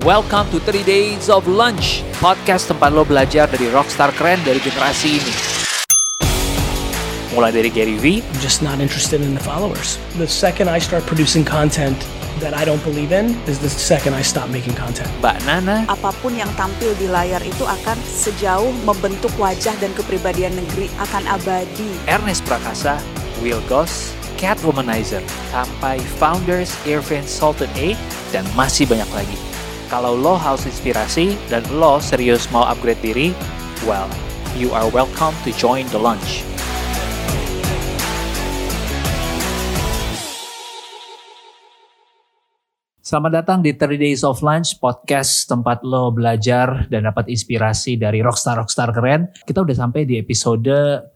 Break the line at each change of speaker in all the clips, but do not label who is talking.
Welcome to 3 Days of Lunch, podcast tempat lo belajar dari rockstar keren dari generasi ini. Mulai dari Gary V.
I'm just not interested in the followers. The second I start producing content that I don't believe in is the second I stop making content.
Mbak Nana.
Apapun yang tampil di layar itu akan sejauh membentuk wajah dan kepribadian negeri akan abadi.
Ernest Prakasa, Will Goss, Cat Womanizer, sampai Founders, Irvin Sultan A, dan masih banyak lagi. Kalau lo haus inspirasi dan lo serius mau upgrade diri, well, you are welcome to join the lunch. Selamat datang di 3 Days of Lunch, podcast tempat lo belajar dan dapat inspirasi dari rockstar-rockstar keren. Kita udah sampai di episode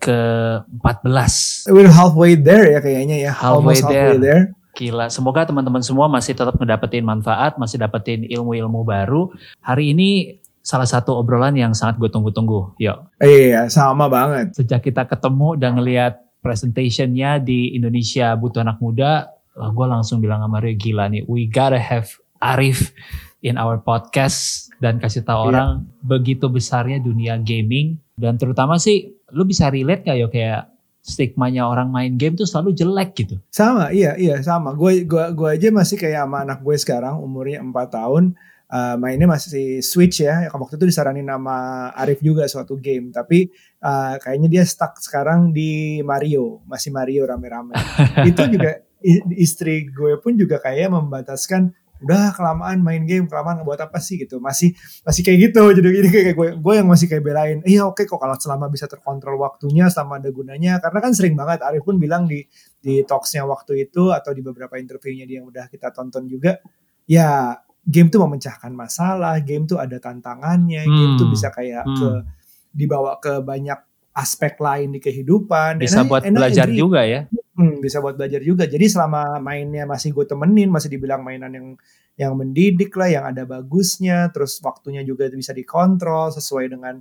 ke-14.
We're halfway there ya kayaknya ya.
Halfway
Almost
there.
halfway there.
Gila, semoga teman-teman semua masih tetap ngedapetin manfaat, masih dapetin ilmu-ilmu baru. Hari ini salah satu obrolan yang sangat gue tunggu-tunggu. Yuk.
Iya, sama banget.
Sejak kita ketemu dan ngelihat presentationnya di Indonesia Butuh Anak Muda, gue langsung bilang sama Rio, gila nih, we gotta have Arif in our podcast dan kasih tahu orang begitu besarnya dunia gaming. Dan terutama sih, lu bisa relate gak yo kayak stigmanya orang main game tuh selalu jelek gitu.
Sama, iya sama. Gue aja masih kayak sama anak gue sekarang umurnya 4 tahun. Mainnya masih Switch ya. Waktu itu disaranin sama Arif juga suatu game. Tapi kayaknya dia stuck sekarang di Mario. Masih Mario rame-rame. Itu juga istri gue pun juga kayak membataskan, udah kelamaan main game, kelamaan ngebuat apa sih gitu. Masih kayak gitu. Jadi kayak gue yang masih kayak belain, iya oke kok kalau selama bisa terkontrol waktunya, selama ada gunanya. Karena kan sering banget Arif pun bilang di talksnya waktu itu atau di beberapa interviewnya dia yang udah kita tonton juga, ya game tuh memecahkan masalah, game tuh ada tantangannya, game tuh bisa kayak dibawa ke banyak aspek lain di kehidupan.
Bisa buat belajar juga ya.
Bisa buat belajar juga. Jadi selama mainnya masih gue temenin, masih dibilang mainan yang mendidik lah, yang ada bagusnya, terus waktunya juga bisa dikontrol sesuai dengan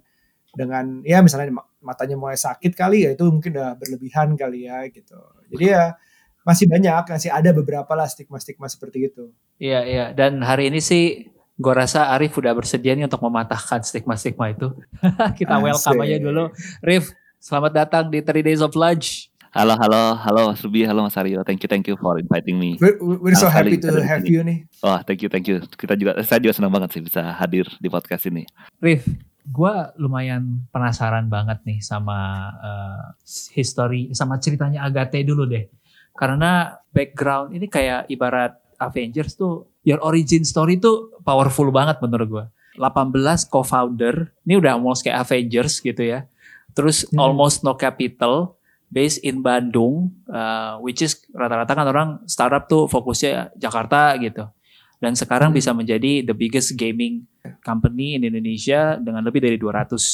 ya misalnya matanya mulai sakit kali ya, itu mungkin udah berlebihan kali ya gitu. Jadi ya masih ada beberapa lah stigma-stigma seperti itu.
Iya. Dan hari ini sih gue rasa Arif udah bersedia nih untuk mematahkan stigma-stigma itu. Kita welcome aja dulu. Rif, selamat datang di 3 Days of Lunch.
Halo Mas Ruby, halo Mas Aryo. Thank you for inviting me.
We're so happy to have you nih.
Oh, thank you. Saya juga senang banget sih bisa hadir di podcast ini.
Rif, gue lumayan penasaran banget nih sama history, sama ceritanya Agate dulu deh. Karena background ini kayak ibarat Avengers tuh, your origin story tuh powerful banget menurut gue. 18 co-founder, ini udah almost kayak Avengers gitu ya. Terus almost no capital, based in Bandung, which is rata-rata kan orang startup tuh fokusnya Jakarta gitu. Dan sekarang bisa menjadi the biggest gaming company in Indonesia dengan lebih dari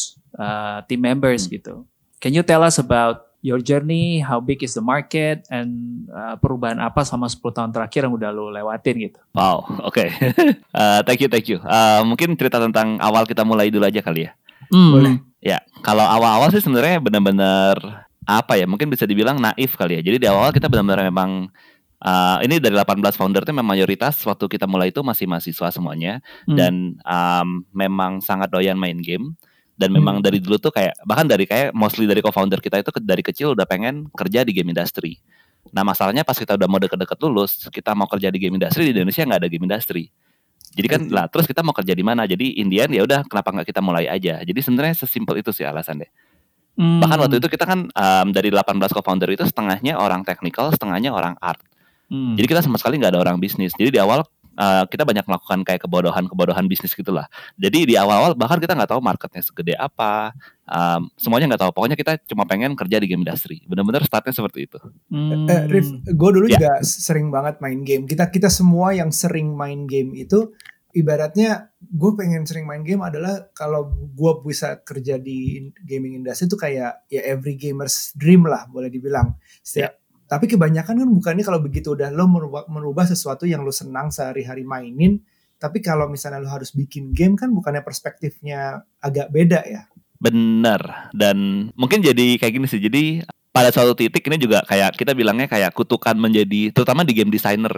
200 team members gitu. Can you tell us about your journey, how big is the market, and perubahan apa sama 10 tahun terakhir yang udah lo lewatin gitu?
Wow, oke. Thank you. Mungkin cerita tentang awal kita mulai dulu aja kali ya.
Boleh.
Ya, kalau awal-awal sih sebenarnya benar-benar apa ya, mungkin bisa dibilang naif kali ya. Jadi di awal kita benar-benar memang ini dari 18 founder itu memang mayoritas waktu kita mulai itu masih mahasiswa semuanya dan memang sangat doyan main game dan memang dari dulu tuh kayak bahkan dari kayak mostly dari co-founder kita itu dari kecil udah pengen kerja di game industry. Nah masalahnya pas kita udah mau deket-deket lulus, kita mau kerja di game industry, di Indonesia nggak ada game industry. Jadi kan lah terus kita mau kerja di mana? Jadi Indian ya udah kenapa nggak kita mulai aja. Jadi sebenarnya sesimpel itu sih alasannya. Bahkan waktu itu kita kan dari 18 co-founder itu setengahnya orang technical, setengahnya orang art. Jadi kita sama sekali nggak ada orang bisnis. Jadi di awal kita banyak melakukan kayak kebodohan bisnis gitulah. Jadi di awal bahkan kita nggak tahu marketnya segede apa, semuanya nggak tahu. Pokoknya kita cuma pengen kerja di game industry. Benar-benar startnya seperti itu.
Rif, gue dulu juga sering banget main game. Kita semua yang sering main game itu ibaratnya gue pengen sering main game adalah kalau gue bisa kerja di gaming industry itu kayak ya every gamer's dream lah boleh dibilang. Tapi kebanyakan kan bukannya kalau begitu udah lo merubah sesuatu yang lo senang sehari-hari mainin. Tapi kalau misalnya lo harus bikin game kan bukannya perspektifnya agak beda ya.
Bener. Dan mungkin jadi kayak gini sih. Jadi pada suatu titik ini juga kayak kita bilangnya kayak kutukan menjadi terutama di game designer ya.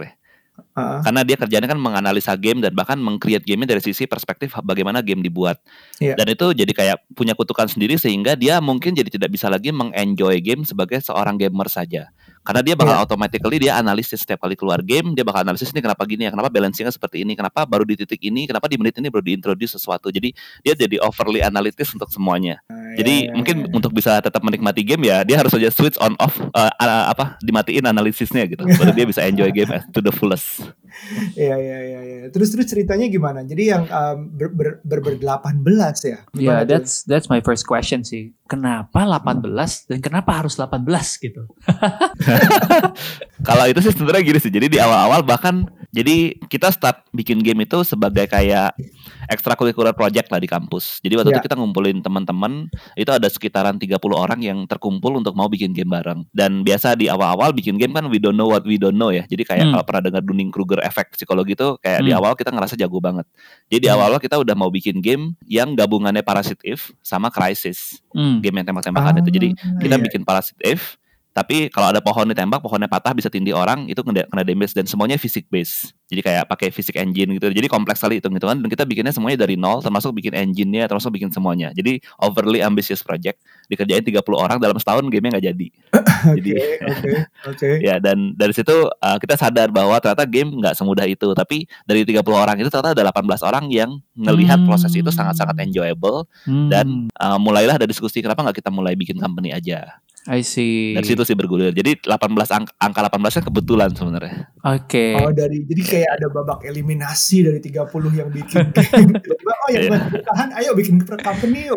Karena dia kerjanya kan menganalisa game dan bahkan meng-create game-nya dari sisi perspektif bagaimana game dibuat. Dan itu jadi kayak punya kutukan sendiri sehingga dia mungkin jadi tidak bisa lagi mengenjoy game sebagai seorang gamer saja. Karena dia bakal automatically dia analisis setiap kali keluar game, dia bakal analisis ini kenapa gini ya, kenapa balancingnya seperti ini, kenapa baru di titik ini, kenapa di menit ini baru diintroduce sesuatu. Jadi dia jadi overly analytis untuk semuanya. Jadi mungkin untuk bisa tetap menikmati game ya dia harus saja switch on off dimatiin analisisnya gitu. Baru dia bisa enjoy game to the fullest.
Iya. Terus ceritanya gimana? Jadi yang ber-18 ya?
Yeah, that's my first question sih. Kenapa 18 dan kenapa harus 18 gitu?
Kalau itu sih sebenarnya gini sih. Jadi di awal-awal bahkan jadi kita start bikin game itu sebagai kayak extracurricular project lah di kampus. Jadi waktu itu kita ngumpulin teman-teman, itu ada sekitaran 30 orang yang terkumpul untuk mau bikin game bareng. Dan biasa di awal-awal bikin game kan we don't know what we don't know ya. Jadi kayak kalau pernah dengar Dunning-Kruger efek psikologi itu kayak di awal kita ngerasa jago banget. Jadi di awal-awal kita udah mau bikin game yang gabungannya Parasite Eve sama Crysis. Game yang tembak-tembakan itu. Jadi kita bikin Parasite Eve, tapi kalau ada pohon ditembak, pohonnya patah bisa tindih orang, itu kena damage dan semuanya physics based. Jadi kayak pakai physics engine gitu. Jadi kompleks sekali hitung-hitungan dan kita bikinnya semuanya dari nol, termasuk bikin engine-nya, termasuk bikin semuanya. Jadi overly ambitious project, dikerjain 30 orang dalam setahun game-nya nggak jadi. Ya, dan dari situ kita sadar bahwa ternyata game nggak semudah itu. Tapi dari 30 orang itu ternyata ada 18 orang yang ngelihat proses itu sangat-sangat enjoyable. Dan mulailah ada diskusi kenapa nggak kita mulai bikin company aja.
I see.
Dari situ sih bergulir. Jadi 18 angka 18-nya kebetulan sebenarnya.
Oke.
Jadi kayak ada babak eliminasi dari 30 yang bikin game. Yang bertahan ayo bikin company yuk.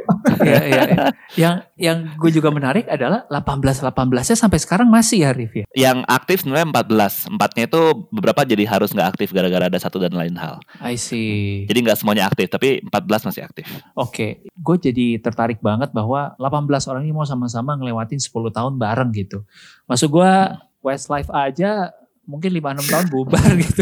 Yang gue juga menarik adalah 18-nya sampai sekarang masih ya, Rif ya.
Yang aktif sebenarnya 14. 4-nya itu beberapa jadi harus nggak aktif gara-gara ada satu dan lain hal.
I see.
Jadi nggak semuanya aktif, tapi 14 masih aktif.
Oke. Gue jadi tertarik banget bahwa 18 orang ini mau sama-sama ngelewatin 10 tahun bareng gitu. Maksud gue Westlife aja mungkin 5-6 tahun bubar gitu.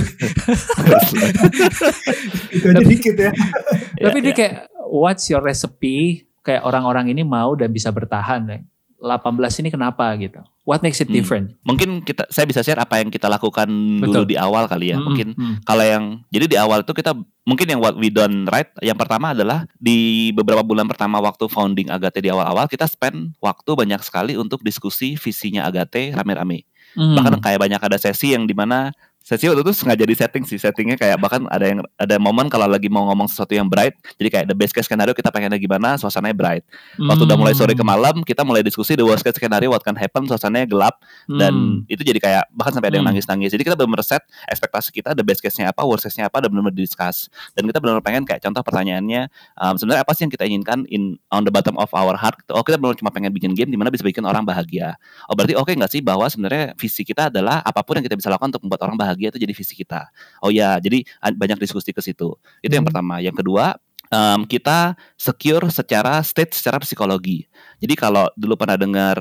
Itu aja dikit ya.
Tapi dia kayak what's your recipe? Kayak orang-orang ini mau dan bisa bertahan. 18 ini kenapa gitu? What makes it different?
Mungkin saya bisa share apa yang kita lakukan dulu di awal kali ya. Mungkin kalau yang jadi di awal itu kita mungkin yang what we done right. Yang pertama adalah di beberapa bulan pertama waktu founding Agate di awal-awal kita spend waktu banyak sekali untuk diskusi visinya Agate rame-rame. Bahkan kayak banyak ada sesi yang dimana sesi waktu itu sengaja di settingnya kayak bahkan ada momen kalau lagi mau ngomong sesuatu yang bright, jadi kayak the best case scenario kita pengennya gimana, suasananya bright. Waktu udah mulai sore ke malam kita mulai diskusi the worst case scenario what can happen, suasananya gelap dan itu jadi kayak bahkan sampai ada yang nangis-nangis. Jadi kita benar-benar set ekspektasi kita the best case-nya apa, worst case-nya apa, dan benar-benar discuss. Dan kita benar-benar pengen kayak contoh pertanyaannya sebenarnya apa sih yang kita inginkan on the bottom of our heart. Kita benar-benar cuma pengen bikin game di mana bisa bikin orang bahagia. Berarti oke nggak sih bahwa sebenarnya visi kita adalah apapun yang kita bisa lakukan untuk membuat orang bahagia itu jadi visi kita. Jadi banyak diskusi ke situ. Itu yang pertama. Yang kedua, kita secure secara psikologi. Jadi kalau dulu pernah dengar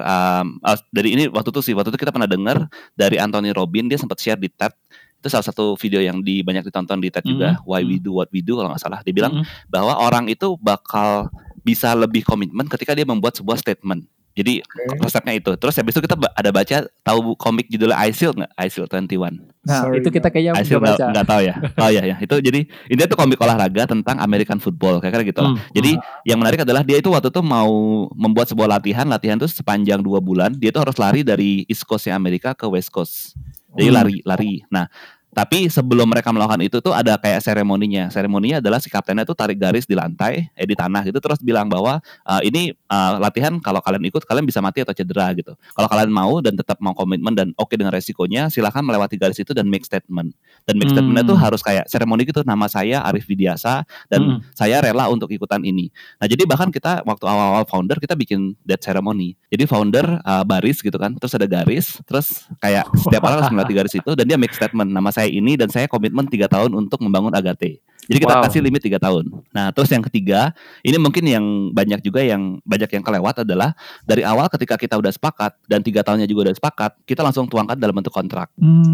dari ini waktu itu kita pernah dengar dari Anthony Robbins, dia sempat share di TED. Itu salah satu video yang banyak ditonton di TED juga, Why We Do What We Do kalau nggak salah. Dia bilang bahwa orang itu bakal bisa lebih komitmen ketika dia membuat sebuah statement. Jadi resepnya itu. Terus habis itu kita ada baca, tahu komik judulnya ISIL nggak? ISIL 21.
Nah itu kita kayaknya
ISIL
udah baca.
Nggak tahu ya. Oh ya. Itu jadi ini tuh komik olahraga tentang American football kayak gitu lah. Jadi yang menarik adalah dia itu waktu itu mau membuat sebuah latihan tuh sepanjang 2 bulan. Dia tuh harus lari dari East Coast-nya Amerika ke West Coast. Jadi lari. Nah, tapi sebelum mereka melakukan itu tuh ada kayak seremoninya. Seremoninya adalah si kaptennya tuh tarik garis di lantai, di tanah gitu, terus bilang bahwa ini latihan kalau kalian ikut kalian bisa mati atau cedera gitu. Kalau kalian mau dan tetap mau komitmen dan oke dengan resikonya, silakan melewati garis itu dan make statement. Dan make statementnya tuh harus kayak seremoni gitu. Nama saya Arif Widiasa dan saya rela untuk ikutan ini. Nah jadi bahkan kita waktu awal-awal founder kita bikin that ceremony. Jadi founder baris gitu kan, terus ada garis, terus kayak setiap orang harus melewati garis itu dan dia make statement nama saya ini dan saya komitmen 3 tahun untuk membangun Agate. Jadi kita kasih limit 3 tahun. Nah terus yang ketiga, ini mungkin yang banyak yang kelewat adalah dari awal ketika kita udah sepakat dan 3 tahunnya juga udah sepakat, kita langsung tuangkan dalam bentuk kontrak.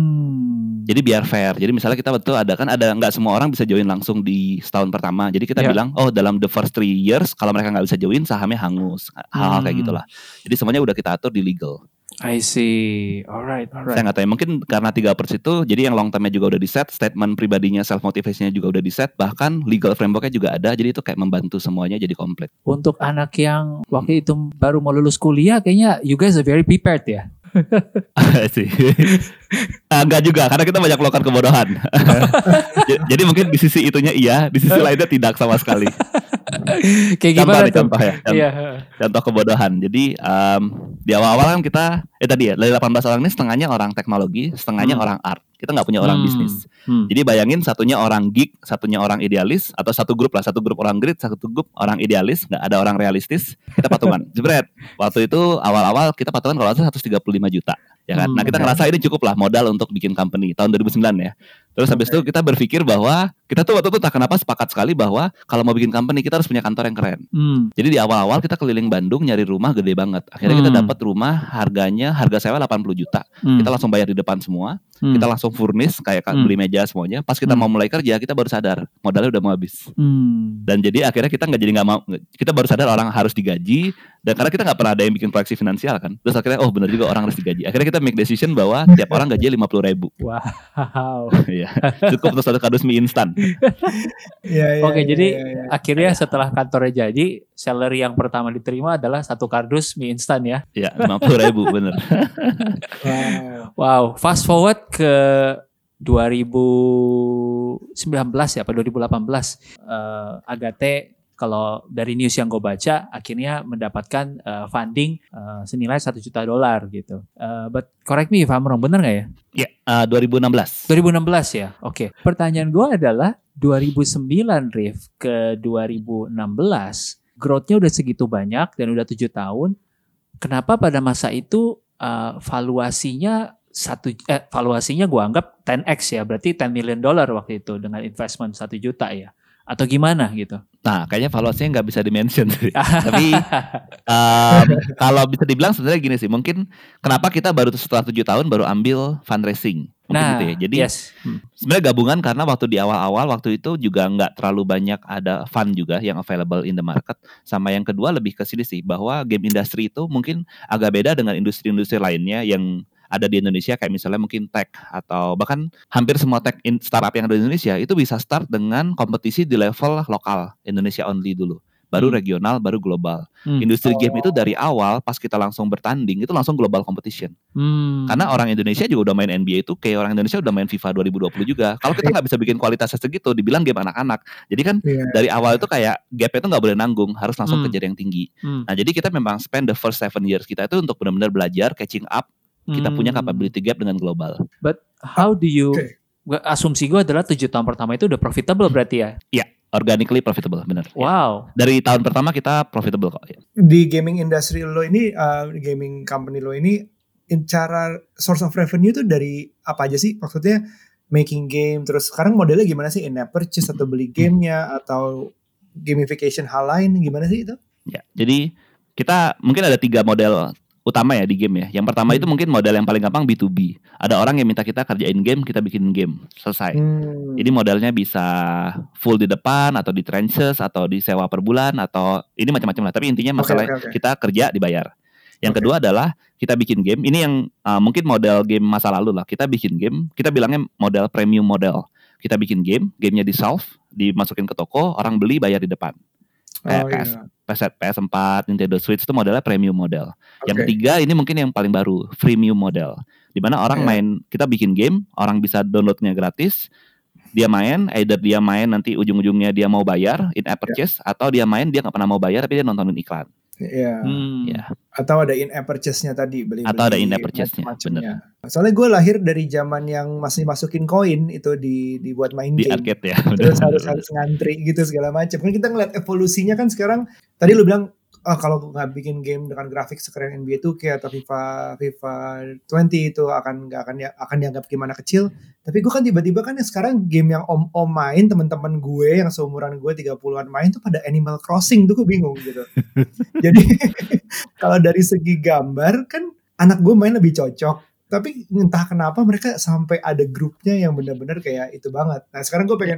Jadi biar fair. Jadi misalnya kita ada nggak semua orang bisa join langsung di setahun pertama. Jadi kita bilang dalam the first 3 years kalau mereka nggak bisa join sahamnya hangus. Hal-hal kayak gitulah. Jadi semuanya udah kita atur di legal.
I see. Alright.
Saya nggak tahu ya, mungkin karena 3 approach itu, jadi yang long termnya juga udah di set, statement pribadinya, self motivasinya juga udah di set, bahkan legal frameworknya juga ada, jadi itu kayak membantu semuanya jadi komplit.
Untuk anak yang waktu itu baru mau lulus kuliah, kayaknya you guys are very prepared ya.
Sih. Enggak juga, karena kita banyak melakukan kebodohan. Jadi mungkin di sisi itunya iya, di sisi lainnya tidak sama sekali.
Kayak gimana tuh?
Contoh ya. Contoh kebodohan. Jadi di awal-awal kan kita tadi ya, dari 18 orang ini setengahnya orang teknologi, setengahnya orang art. Kita nggak punya orang bisnis. Jadi bayangin satunya orang geek, satunya orang idealis, atau satu grup orang grit, satu grup orang idealis, nggak ada orang realistis. Kita patungan. Jebret. Waktu itu awal-awal kita patungan kalau 135 juta. Ya kan? Nah kita ngerasa ini cukup lah modal untuk bikin company tahun 2009 ya. Terus habis itu kita berpikir bahwa kita tuh waktu itu tak kenapa sepakat sekali bahwa kalau mau bikin company kita harus punya kantor yang keren. Jadi di awal-awal kita keliling Bandung nyari rumah gede banget. Akhirnya kita dapat rumah harga sewa 80 juta. Kita langsung bayar di depan semua. Kita langsung furnish kayak beli meja semuanya. Pas kita mau mulai kerja kita baru sadar modalnya udah mau habis. Dan jadi akhirnya kita nggak mau. Kita baru sadar orang harus digaji. Dan karena kita nggak pernah ada yang bikin proyeksi finansial kan. Terus akhirnya benar juga orang harus digaji. Akhirnya kita make decision bahwa tiap orang gaji 50.000.
Wow.
Iya. Cukup untuk 1 kardus mie instan.
Oke, jadi akhirnya setelah kantornya jadi, salary yang pertama diterima adalah 1 kardus mie instan ya.
Iya, 50.000 bener.
Wow. Fast forward ke 2019 ya, apa 2018. Agate kalau dari news yang gue baca akhirnya mendapatkan funding senilai $1 juta gitu. But correct me if I'm wrong, bener gak ya?
Iya, 2016.
2016 ya, oke. Pertanyaan gue adalah 2009 Rif ke 2016, growth-nya udah segitu banyak dan udah 7 tahun. Kenapa pada masa itu valuasinya gue anggap 10x ya, berarti $10 million waktu itu dengan investment 1 juta ya? Atau gimana gitu?
Nah, kayaknya valuasinya nggak bisa dimention. Tapi kalau bisa dibilang sebenarnya gini sih, mungkin kenapa kita baru setelah 7 tahun baru ambil fundraising. Mungkin gitu ya. Jadi sebenarnya gabungan karena waktu di awal-awal waktu itu juga nggak terlalu banyak ada fund juga yang available in the market. Sama yang kedua lebih ke sini sih, bahwa game industry itu mungkin agak beda dengan industri-industri lainnya yang ada di Indonesia, kayak misalnya mungkin tech atau bahkan hampir semua tech startup yang ada di Indonesia itu bisa start dengan kompetisi di level lokal, Indonesia only dulu, baru regional, baru global. Industri game itu dari awal pas kita langsung bertanding itu langsung global competition. Karena orang Indonesia juga udah main NBA itu kayak orang Indonesia udah main FIFA 2020 juga. Kalau kita nggak bisa bikin kualitasnya segitu, dibilang game anak-anak. Jadi kan dari awal itu kayak gap itu nggak boleh nanggung, harus langsung kejar yang tinggi. Nah jadi kita memang spend the first 7 years kita itu untuk benar-benar belajar catching up. Kita punya capability gap dengan global.
But how do you? Asumsi gue adalah 7 tahun pertama itu udah profitable berarti ya?
Iya, organically profitable, benar.
Wow.
Ya. Dari tahun pertama kita profitable kok. Ya.
Di gaming industry lo ini, gaming company lo ini, cara source of revenue itu dari apa aja sih? Maksudnya making game, terus sekarang modelnya gimana sih? In-app purchase atau beli gamenya atau gamification hal lain, gimana sih itu?
Ya, jadi kita mungkin ada 3 model utama ya di game ya. Yang pertama itu mungkin model yang paling gampang B2B. Ada orang yang minta kita kerjain game, kita bikin game, selesai. Ini modelnya bisa full di depan atau di trenches atau disewa per bulan atau ini macam-macam lah. Tapi intinya masalah kita kerja dibayar. Yang kedua adalah kita bikin game. Ini yang mungkin model game masa lalu lah. Kita bikin game, kita bilangnya model premium model. Kita bikin game, gamenya di solve, dimasukin ke toko, orang beli bayar di depan. PS4, Nintendo Switch itu modelnya premium model. Yang ketiga ini mungkin yang paling baru, freemium model. Di mana orang main, kita bikin game, orang bisa downloadnya gratis. Dia main, either dia main nanti ujung-ujungnya dia mau bayar in-app purchase, atau dia main dia nggak pernah mau bayar tapi dia nontonin iklan.
Iya. Atau ada in-app purchase-nya tadi, beli.
Atau ada in-app purchase-nya, benar.
Soalnya gue lahir dari zaman yang masih masukin koin itu dibuat main
di
game.
Di arcade ya.
Terus harus ngantri gitu segala macam. Kan kita ngeliat evolusinya kan sekarang. Tadi lu bilang kalau nggak bikin game dengan grafik sekeren NBA 2K atau FIFA 20 itu akan dianggap gimana kecil. Tapi gue kan tiba-tiba kan sekarang game yang om main, teman-teman gue yang seumuran gue 30-an main tuh pada Animal Crossing tuh gue bingung gitu. Jadi kalau dari segi gambar kan anak gue main lebih cocok. Tapi entah kenapa mereka sampai ada grupnya yang benar-benar kayak itu banget. Nah sekarang gue pengen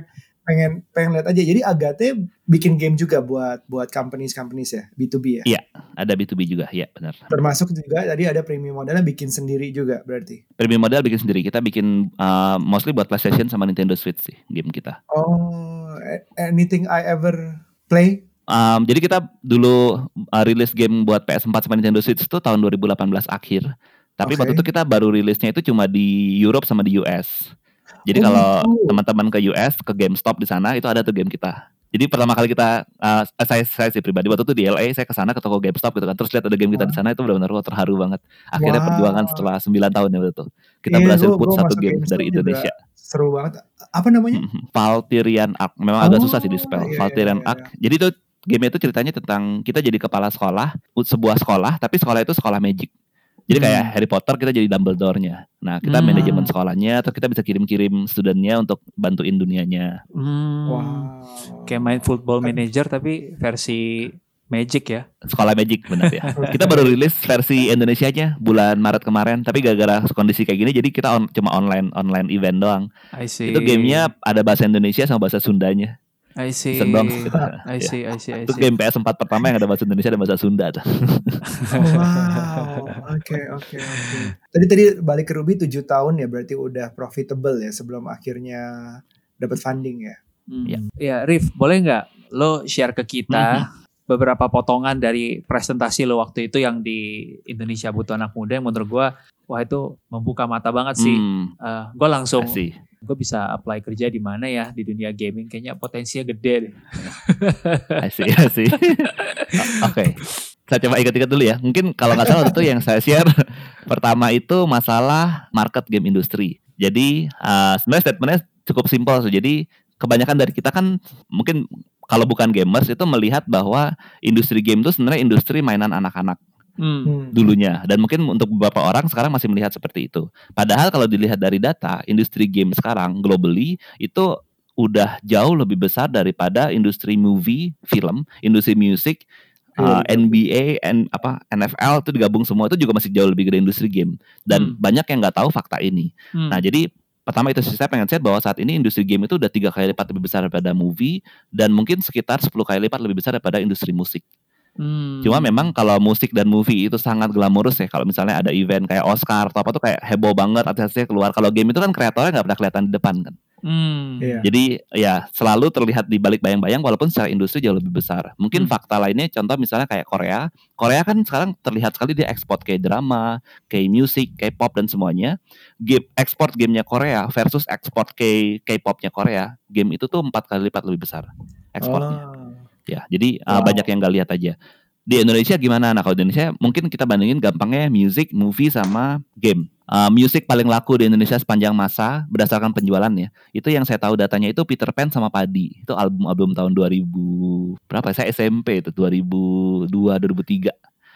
pengen lihat aja. Jadi Agate bikin game juga buat companies ya, B2B ya.
Iya, ada B2B juga, ya benar.
Termasuk juga tadi ada premium modalnya bikin sendiri juga berarti.
Premium model bikin sendiri, kita bikin mostly buat PlayStation sama Nintendo Switch sih game kita.
Oh, anything I ever play?
Jadi kita dulu rilis game buat PS4 sama Nintendo Switch itu tahun 2018 akhir. Tapi waktu itu kita baru rilisnya itu cuma di Europe sama di US. Jadi kalau teman-teman ke US, ke GameStop di sana itu ada tuh game kita. Jadi pertama kali kita, saya sih pribadi waktu itu di LA, saya ke sana ke toko GameStop gitu kan, terus lihat ada game kita di sana itu benar-benar terharu banget. Akhirnya perjuangan setelah 9 tahun ya betul. Kita berhasil put satu game dari Indonesia.
Seru banget. Apa namanya?
Valkyrian Arc. Memang agak susah sih di spell. Valkyrian Arc. Jadi itu game itu ceritanya tentang kita jadi kepala sekolah, sebuah sekolah, tapi sekolah itu sekolah magic. Jadi kayak Harry Potter kita jadi Dumbledore-nya. Nah kita manajemen sekolahnya, terus kita bisa kirim-kirim studentnya untuk bantuin dunianya.
Wow. Kayak main Football Manager tapi versi Magic ya.
Sekolah Magic benar ya. Kita baru rilis versi Indonesianya bulan Maret kemarin, tapi gara-gara kondisi kayak gini jadi kita cuma online event doang.
I see.
Itu gamenya ada bahasa Indonesia sama bahasa Sundanya.
I see.
I see. Itu game PS4 pertama yang ada bahasa Indonesia dan bahasa Sunda tuh.
Wow. Oke. Tadi balik ke Ruby 7 tahun ya, berarti udah profitable ya sebelum akhirnya dapat funding ya.
Ya, Rif, boleh nggak lo share ke kita beberapa potongan dari presentasi lo waktu itu yang di Indonesia Butuh Anak Muda yang menurut gue, wah itu membuka mata banget sih. Gue langsung gue bisa apply kerja di mana ya di dunia gaming, kayaknya potensinya gede deh.
I see. Oke. Saya coba ingat-ingat dulu ya. Mungkin kalau nggak salah itu yang saya share pertama itu masalah market game industri. Jadi sebenarnya statementnya cukup simpel sih. Jadi kebanyakan dari kita kan mungkin kalau bukan gamers itu melihat bahwa industri game itu sebenarnya industri mainan anak-anak. Dulunya, dan mungkin untuk beberapa orang sekarang masih melihat seperti itu. Padahal kalau dilihat dari data, industri game sekarang globally itu udah jauh lebih besar daripada industri movie, film, industri musik, NBA, NFL itu digabung semua itu juga masih jauh lebih gede industri game. Dan banyak yang nggak tahu fakta ini. Nah jadi pertama itu saya pengen share bahwa saat ini industri game itu udah 3 kali lipat lebih besar daripada movie dan mungkin sekitar 10 kali lipat lebih besar daripada industri musik. Cuma memang kalau musik dan movie itu sangat glamorous ya. Kalau misalnya ada event kayak Oscar atau apa tuh kayak heboh banget artisnya keluar. Kalau game itu kan kreatornya nggak pernah kelihatan di depan kan. Jadi ya selalu terlihat di balik bayang-bayang walaupun secara industri jauh lebih besar. Mungkin fakta lainnya contoh misalnya kayak Korea kan sekarang terlihat sekali dia ekspor kayak drama, kayak musik, kayak pop dan semuanya. Ekspor gamenya Korea versus ekspor K-popnya Korea, game itu tuh 4 kali lipat lebih besar ekspornya. Ya, jadi banyak yang nggak lihat aja. Di Indonesia gimana? Nah kalau di Indonesia mungkin kita bandingin gampangnya music, movie sama game. Music paling laku di Indonesia sepanjang masa berdasarkan penjualannya. Itu yang saya tahu datanya itu Peter Pan sama Padi. Itu album tahun 2000 berapa? Saya SMP itu 2002 2003.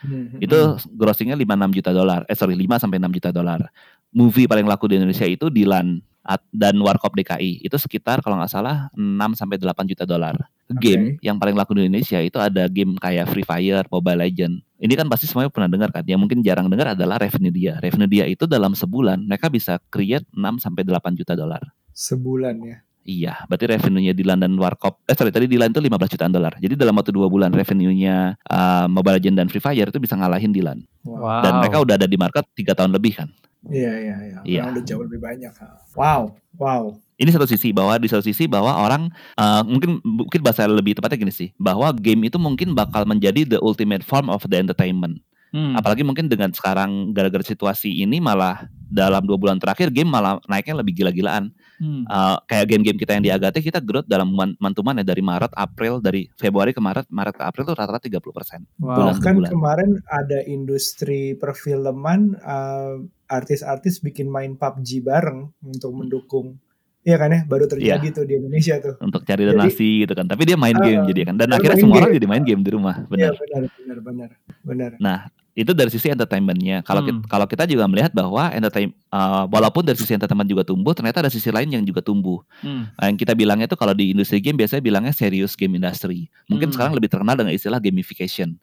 Itu grossingnya 5-6 juta dolar. 5 sampai 6 juta dolar. Movie paling laku di Indonesia itu Dilan dan Warkop DKI. Itu sekitar kalau nggak salah 6 sampai 8 juta dolar. Game yang paling laku di Indonesia itu ada game kayak Free Fire, Mobile Legend. Ini kan pasti semuanya pernah dengar kan. Yang mungkin jarang dengar adalah revenue dia. Revenue dia itu dalam sebulan mereka bisa create 6 sampai 8 juta dolar. Sebulan ya? Iya, berarti revenue-nya Dilan dan Warkop. Tadi Dilan itu 15 jutaan dolar. Jadi dalam waktu 2 bulan revenue-nya Mobile Legend dan Free Fire itu bisa ngalahin Dilan. Wow. Dan mereka udah ada di market 3 tahun lebih kan. Iya.
Udah jauh lebih banyak. Wow.
Ini satu sisi bahwa orang mungkin bahasa lebih tepatnya gini sih, bahwa game itu mungkin bakal menjadi the ultimate form of the entertainment. Apalagi mungkin dengan sekarang gara-gara situasi ini malah dalam 2 bulan terakhir game malah naiknya lebih gila-gilaan. Kayak game-game kita yang di Agate kita growth dalam month-to-month ya dari Februari ke Maret ke April tuh rata-rata 30%.
Bahkan kemarin ada industri perfilman artis-artis bikin main PUBG bareng untuk mendukung. Iya kan ya, baru terjadi tuh di Indonesia tuh.
Untuk cari donasi gitu kan. Tapi dia main game jadi kan. Dan akhirnya semua orang jadi main game di rumah. Benar.
Iya benar.
Nah, itu dari sisi entertainment-nya. Kalau kita juga melihat bahwa walaupun dari sisi entertainment juga tumbuh, ternyata ada sisi lain yang juga tumbuh. Yang kita bilangnya tuh kalau di industri game biasanya bilangnya serious game industry. Mungkin sekarang lebih terkenal dengan istilah gamification.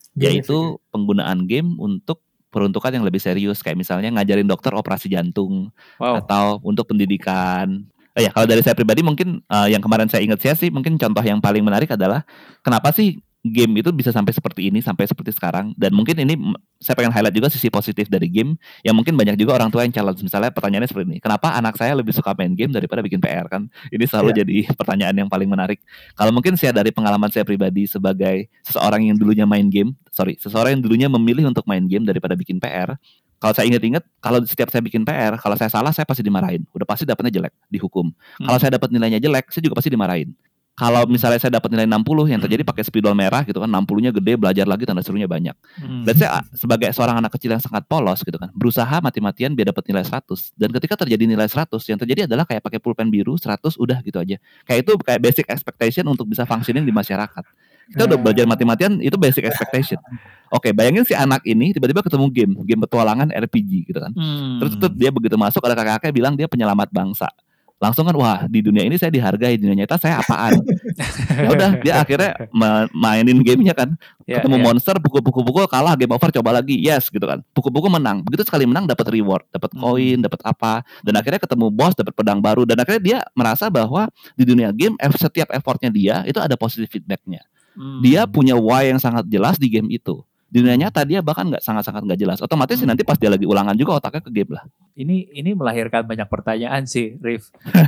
Yaitu penggunaan game untuk peruntukan yang lebih serius, kayak misalnya ngajarin dokter operasi jantung, atau untuk pendidikan, Ya kalau dari saya pribadi mungkin yang kemarin saya ingat sih mungkin contoh yang paling menarik adalah kenapa sih game itu bisa sampai seperti ini, sampai seperti sekarang. Dan mungkin ini saya pengen highlight juga sisi positif dari game yang mungkin banyak juga orang tua yang challenge. Misalnya pertanyaannya seperti ini, kenapa anak saya lebih suka main game daripada bikin PR kan? Ini selalu jadi pertanyaan yang paling menarik. Kalau mungkin saya dari pengalaman saya pribadi sebagai seseorang yang dulunya seseorang yang dulunya memilih untuk main game daripada bikin PR. Kalau saya ingat-ingat, kalau setiap saya bikin PR, kalau saya salah, saya pasti dimarahin. Udah pasti dapatnya jelek, dihukum. Kalau saya dapat nilainya jelek, saya juga pasti dimarahin. Kalau misalnya saya dapat nilai 60, yang terjadi pakai spidol merah gitu kan, 60-nya gede, belajar lagi, tanda serunya banyak. Dan saya sebagai seorang anak kecil yang sangat polos gitu kan, berusaha mati-matian biar dapat nilai 100. Dan ketika terjadi nilai 100, yang terjadi adalah kayak pakai pulpen biru, 100 udah gitu aja. Kayak itu kayak basic expectation untuk bisa functioning di masyarakat. Kita udah belajar mati-matian, itu basic expectation. Oke, bayangin si anak ini tiba-tiba ketemu game petualangan RPG gitu kan. Terus dia begitu masuk ada kakak-kakak bilang dia penyelamat bangsa. Langsung kan wah di dunia ini saya dihargai, di dunia nyata saya apaan? Ya udah dia akhirnya mainin gamenya kan. Ketemu monster pukul-pukul kalah, game over, coba lagi, yes gitu kan. Pukul-pukul menang. Begitu sekali menang dapat reward, dapat koin, dapat apa. Dan akhirnya ketemu bos, dapat pedang baru. Dan akhirnya dia merasa bahwa di dunia game setiap effortnya dia itu ada positive feedbacknya. Dia punya why yang sangat jelas di game itu. Di dunia nyata dia bahkan sangat-sangat nggak jelas. Otomatis nanti pas dia lagi ulangan juga otaknya ke game lah.
Ini melahirkan banyak pertanyaan sih, Rif.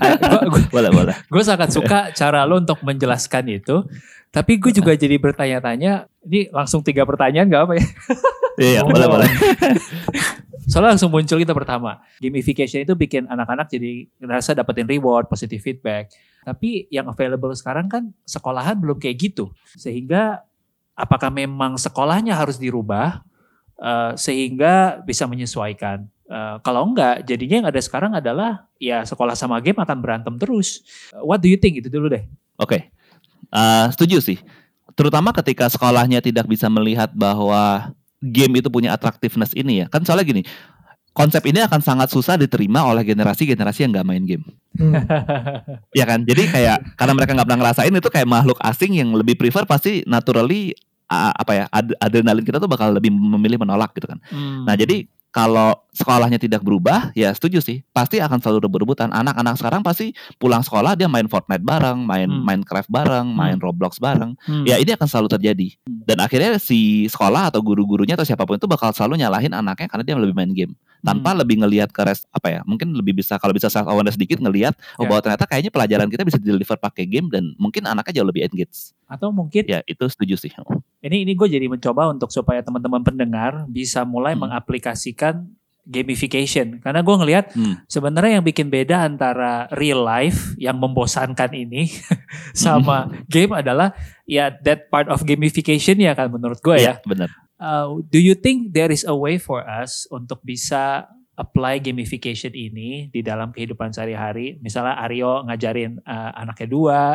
Boleh.
Gue sangat suka cara lo untuk menjelaskan itu. Tapi gue juga jadi bertanya-tanya. Ini langsung 3 pertanyaan nggak apa ya?
Iya, boleh.
Soalnya langsung muncul kita pertama. Gamification itu bikin anak-anak jadi ngerasa dapetin reward, positive feedback. Tapi yang available sekarang kan sekolahan belum kayak gitu. Sehingga apakah memang sekolahnya harus dirubah sehingga bisa menyesuaikan? Kalau enggak, jadinya yang ada sekarang adalah ya sekolah sama game akan berantem terus. What do you think? Itu dulu deh.
Oke. Setuju sih. Terutama ketika sekolahnya tidak bisa melihat bahwa game itu punya attractiveness ini ya. Kan soalnya gini, konsep ini akan sangat susah diterima oleh generasi-generasi yang nggak main game. Ya kan? Jadi kayak karena mereka nggak pernah ngerasain itu kayak makhluk asing yang lebih prefer pasti naturally adrenalin kita tuh bakal lebih memilih menolak gitu kan. Nah jadi kalau sekolahnya tidak berubah, ya setuju sih. Pasti akan selalu rebut-rebutan. Anak-anak sekarang pasti pulang sekolah dia main Fortnite bareng, main Minecraft bareng, main Roblox bareng. Ya ini akan selalu terjadi. Dan akhirnya si sekolah atau guru-gurunya atau siapapun itu bakal selalu nyalahin anaknya karena dia lebih main game. Tanpa lebih ngelihat ke mungkin lebih bisa kalau bisa self awareness sedikit ngelihat bahwa ternyata kayaknya pelajaran kita bisa deliver pakai game dan mungkin anaknya jauh lebih engage.
Atau mungkin
ya itu setuju sih.
Ini gue jadi mencoba untuk supaya teman-teman pendengar bisa mulai mengaplikasikan gamification. Karena gue ngelihat sebenarnya yang bikin beda antara real life yang membosankan ini sama game adalah ya that part of gamification ya kan menurut gue ya.
Benar.
Do you think there is a way for us untuk bisa apply gamification ini di dalam kehidupan sehari-hari? Misalnya Aryo ngajarin anaknya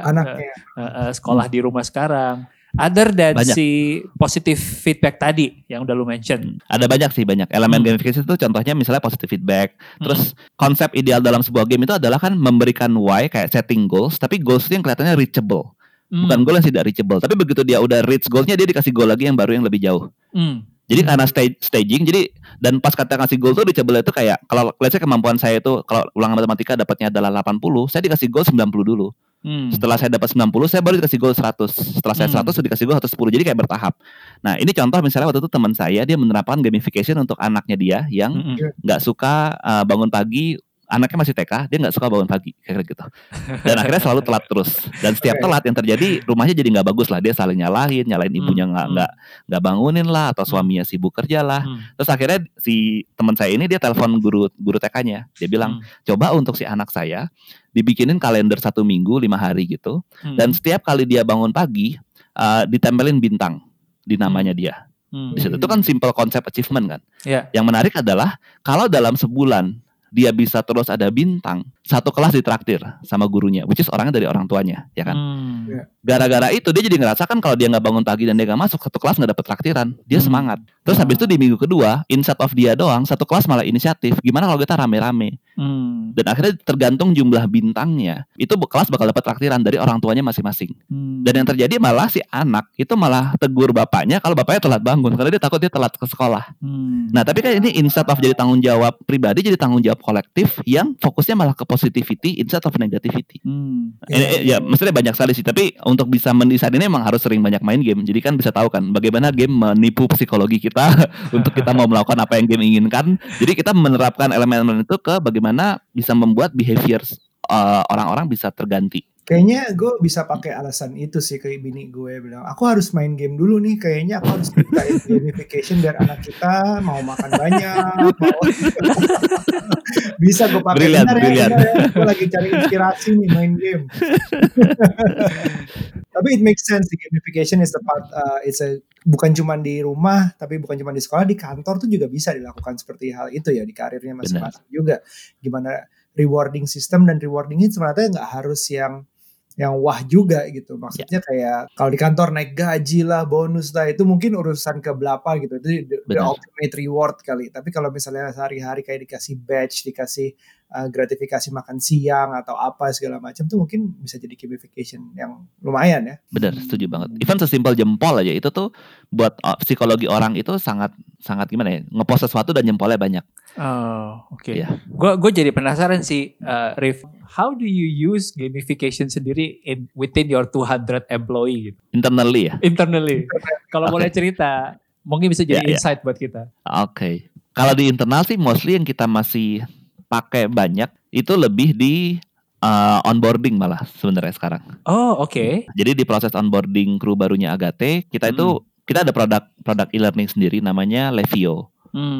2, sekolah di rumah sekarang. Other than si positive feedback tadi yang udah lu mention.
Ada banyak elemen gamification itu contohnya misalnya positive feedback. Terus konsep ideal dalam sebuah game itu adalah kan memberikan why kayak setting goals, tapi goals itu yang kelihatannya reachable. Bukan goal yang tidak reachable, tapi begitu dia udah reach goalnya dia dikasih goal lagi yang baru yang lebih jauh. Jadi karena staging, jadi dan pas kata kasih goal tuh reachable itu kayak kalau let's say kemampuan saya itu kalau ulangan matematika dapatnya adalah 80, saya dikasih goal 90 dulu. Setelah saya dapat 90, saya baru dikasih goal 100. Setelah saya 100, saya dikasih goal 110. Jadi kayak bertahap. Nah ini contoh misalnya waktu itu teman saya dia menerapkan gamification untuk anaknya dia yang nggak suka bangun pagi. Anaknya masih TK, dia nggak suka bangun pagi kayak gitu. Dan akhirnya selalu telat terus. Dan setiap telat yang terjadi rumahnya jadi nggak bagus lah. Dia saling nyalahin ibunya nggak bangunin lah atau suaminya sibuk kerja lah. Terus akhirnya si teman saya ini dia telepon guru TK-nya. Dia bilang coba untuk si anak saya dibikinin kalender 1 minggu 5 hari gitu. Dan setiap kali dia bangun pagi ditempelin bintang di namanya dia. Di situ itu kan simple konsep achievement kan. Yang menarik adalah kalau dalam sebulan dia bisa terus ada bintang, satu kelas ditraktir sama gurunya, which is orangnya dari orang tuanya, ya kan? Gara-gara itu dia jadi ngerasa kan kalau dia nggak bangun pagi dan dia nggak masuk, satu kelas nggak dapet traktiran, dia semangat. Terus habis itu di minggu kedua, instead of dia doang, satu kelas malah inisiatif. Gimana kalau kita rame-rame? Dan akhirnya tergantung jumlah bintangnya, itu kelas bakal dapat traktiran dari orang tuanya masing-masing. Dan yang terjadi malah si anak itu malah tegur bapaknya kalau bapaknya telat bangun karena dia takut dia telat ke sekolah. Nah, tapi kan ini instead of jadi tanggung jawab pribadi, jadi tanggung jawab kolektif yang fokusnya malah ke positivity instead of negativity. Ya, maksudnya banyak sekali sih. Tapi untuk bisa mendesain ini emang harus sering banyak main game. Jadi kan bisa tahu kan bagaimana game menipu psikologi kita untuk kita mau melakukan apa yang game inginkan. Jadi kita menerapkan elemen-elemen itu ke bagaimana bisa membuat behaviors orang-orang bisa terganti.
Kayaknya gue bisa pakai alasan itu sih ke bini gue bilang, aku harus main game dulu nih, kayaknya aku harus ciptain gamification biar anak kita mau makan banyak, bisa gue pakai.
Brilliant.
Ya, gue lagi cari inspirasi nih main game. Tapi it makes sense, the gamification is the part, bukan cuma di rumah, tapi bukan cuma di sekolah, di kantor tuh juga bisa dilakukan seperti hal itu ya, di karirnya masing-masing juga. Gimana rewarding system, dan rewardingnya sebenarnya nggak harus yang wah juga gitu. Maksudnya kayak kalau di kantor naik gaji lah, bonus lah, itu mungkin urusan keberapa gitu. Itu the ultimate reward kali. Tapi kalau misalnya sehari-hari kayak dikasih badge, dikasih gratifikasi makan siang atau apa segala macam, tuh mungkin bisa jadi gamification yang lumayan ya.
Benar, setuju banget. Even sesimpel jempol aja itu tuh buat psikologi orang itu sangat gimana ya, ngepost sesuatu dan jempolnya banyak.
Oh, oke. Yeah. Gue jadi penasaran sih, Rif. How do you use gamification sendiri within your 200 employee gitu?
Internally ya?
Internally. Kalau boleh cerita, mungkin bisa jadi insight buat kita.
Oke. Kalau di internal sih mostly yang kita masih pakai banyak itu lebih di onboarding malah sebenarnya sekarang.
Oh, oke.
Jadi di proses onboarding kru barunya Agate, kita ada produk e-learning sendiri namanya Levio.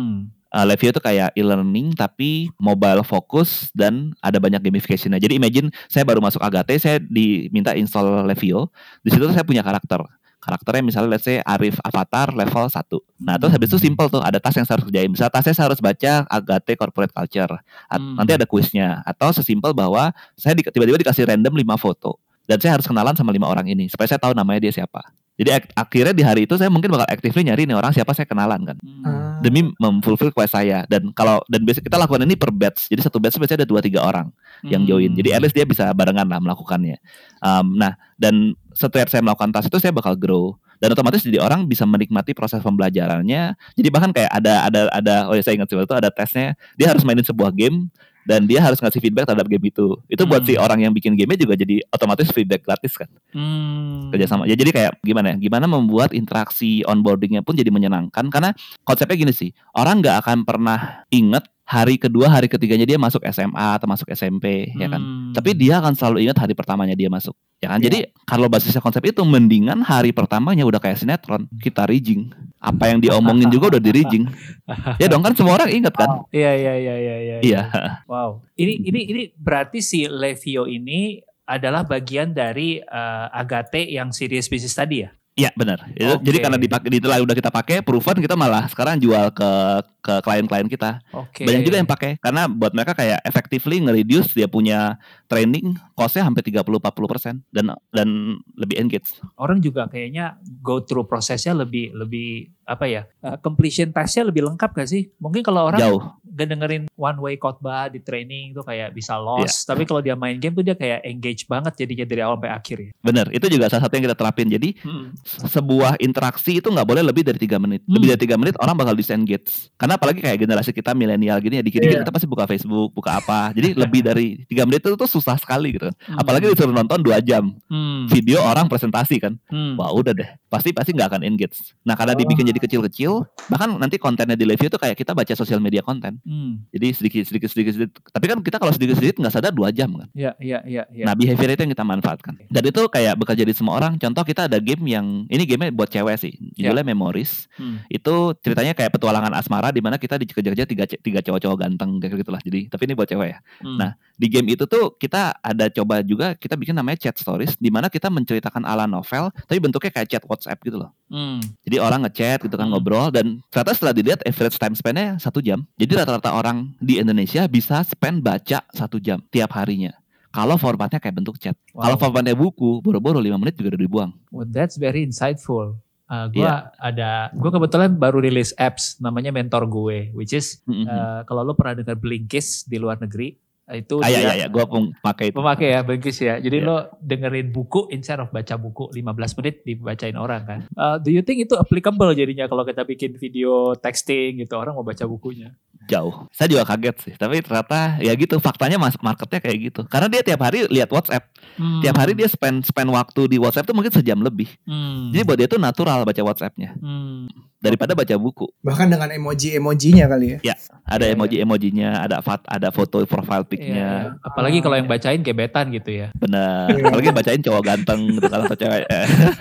Levio itu kayak e-learning tapi mobile fokus dan ada banyak gamification-nya. Jadi imagine saya baru masuk Agate, saya diminta install Levio. Di situ saya punya karakternya misalnya let's say Arif Avatar level 1. Nah terus habis itu simple tuh, ada task yang saya harus kerjain. Misalnya tasknya saya harus baca Agate Corporate Culture, nanti ada kuisnya. Atau sesimpel bahwa saya tiba-tiba dikasih random 5 foto dan saya harus kenalan sama 5 orang ini supaya saya tahu namanya dia siapa. Jadi akhirnya di hari itu saya mungkin bakal actively nyari nih orang siapa saya kenalan kan, demi memfulfill quest saya. Dan biasanya kita lakukan ini per batch. Jadi satu batch biasanya ada 2-3 orang yang join. Jadi at least dia bisa barengan lah melakukannya. Nah dan setiap saya melakukan task itu saya bakal grow. Dan otomatis jadi orang bisa menikmati proses pembelajarannya. Jadi bahkan kayak ada saya ingat itu ada tesnya, dia harus mainin sebuah game dan dia harus ngasih feedback terhadap game itu. Itu buat si orang yang bikin game-nya juga jadi otomatis feedback gratis kan. Kerjasama. Ya jadi kayak gimana membuat interaksi onboardingnya pun jadi menyenangkan. Karena konsepnya gini sih, orang nggak akan pernah inget hari kedua, hari ketiganya dia masuk SMA atau masuk SMP, ya kan. Tapi dia akan selalu ingat hari pertamanya dia masuk, ya kan. Jadi kalau basisnya konsep itu, mendingan hari pertamanya udah kayak sinetron, kita rigging. Apa yang diomongin juga udah di rigging. Ya dong kan, semua orang ingat kan. Iya.
Wow. Ini berarti si Levio ini adalah bagian dari Agate yang series bisnis tadi ya?
Iya benar. Jadi karena udah kita pakai, proven, kita malah sekarang jual ke klien-klien kita. Banyak juga yang pakai karena buat mereka kayak effectively nge-reduce dia punya training cost-nya hampir 30-40% dan lebih engage.
Orang juga kayaknya go through prosesnya lebih apa ya? Completion test-nya lebih lengkap gak sih? Mungkin kalau orang dengerin one way khotbah di training tuh kayak bisa lost, tapi kalau dia main game tuh dia kayak engage banget jadinya dari awal sampai akhir ya.
Bener, itu juga salah satu yang kita terapin. Jadi sebuah interaksi itu nggak boleh lebih dari 3 menit. Lebih dari 3 menit orang bakal disengage. Karena apalagi kayak generasi kita milenial gini ya, dikit-dikit kita pasti buka Facebook, buka apa. Jadi lebih dari 3 menit itu tuh susah sekali gitu kan. Apalagi disuruh nonton 2 jam video orang presentasi kan. Wah udah deh, pasti nggak akan engage. Nah karena dibikin jadi kecil-kecil, bahkan nanti kontennya di Levio tuh kayak kita baca sosial media konten. Jadi sedikit. Tapi kan kita kalau sedikit nggak sadar 2 jam kan.
Iya.
Nah behavior itu yang kita manfaatkan. Dan itu kayak bekerja di semua orang. Contoh kita ada game yang ini game-nya buat cewek sih, judulnya Memories. Itu ceritanya kayak petualangan asmara di mana kita dikejar-kejar tiga cowok-cowok ganteng kayak gitulah. Jadi tapi ini buat cewek ya. Nah di game itu tuh kita ada coba juga kita bikin namanya chat stories, di mana kita menceritakan ala novel tapi bentuknya kayak chat WhatsApp gitu loh. Jadi orang ngechat gitu kan, ngobrol, dan ternyata setelah dilihat average time spend-nya 1 jam. Jadi rata-rata orang di Indonesia bisa spend baca 1 jam tiap harinya. Kalau formatnya kayak bentuk chat. Kalau formatnya buku, boro-boro 5 menit juga udah dibuang.
Well, that's very insightful. Gue kebetulan baru rilis apps namanya Mentor Gue, which is kalau lo pernah dengar Blinkist di luar negeri, itu
Iya, gue pakai itu.
Pemakai ya Blinkist ya. Jadi lo dengerin buku instead of baca buku 15 menit dibacain orang kan. Do you think itu applicable jadinya kalau kita bikin video texting gitu, orang mau baca bukunya?
Jauh. Saya juga kaget sih. Tapi ternyata ya gitu, faktanya marketnya kayak gitu. Karena dia tiap hari lihat WhatsApp. Tiap hari dia spend waktu di WhatsApp tuh mungkin sejam lebih. Jadi buat dia tuh natural baca WhatsApp-nya. Daripada baca buku.
Bahkan dengan emoji-emojinya kali ya.
Ya, ada emoji-emojinya, ada foto profile pic-nya.
Iya. Apalagi kalau yang bacain gebetan gitu ya.
Benar. Apalagi bacain cowok ganteng gitu kan, atau cewek.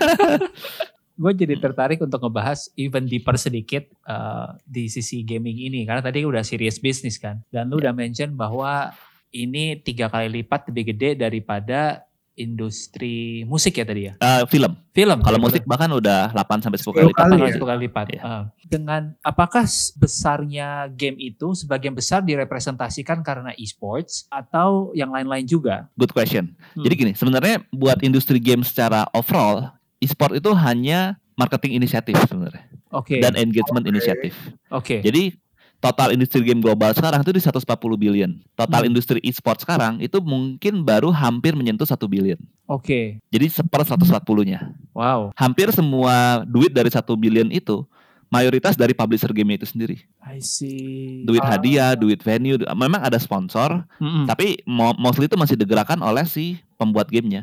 Gue jadi tertarik untuk ngebahas even deeper sedikit di sisi gaming ini. Karena tadi udah serious business kan. Dan lu udah mention bahwa ini 3 kali lipat lebih gede daripada industri musik ya tadi ya?
Film. Kalau musik bahkan udah 8-10 kali lipat.
10 kali lipat. Dengan apakah besarnya game itu sebagian besar direpresentasikan karena e-sports atau yang lain-lain juga?
Good question. Jadi gini, sebenarnya buat industri game secara overall, e-sport itu hanya marketing inisiatif sebenarnya. Dan engagement inisiatif. Jadi total industri game global sekarang itu di 140 billion. Total industri e-sport sekarang itu mungkin baru hampir menyentuh 1 billion. Jadi 1/140-nya.
Wow.
Hampir semua duit dari 1 billion itu mayoritas dari publisher game itu sendiri.
I see.
Duit hadiah, duit venue, memang ada sponsor, tapi mostly itu masih digerakkan oleh si pembuat gamenya.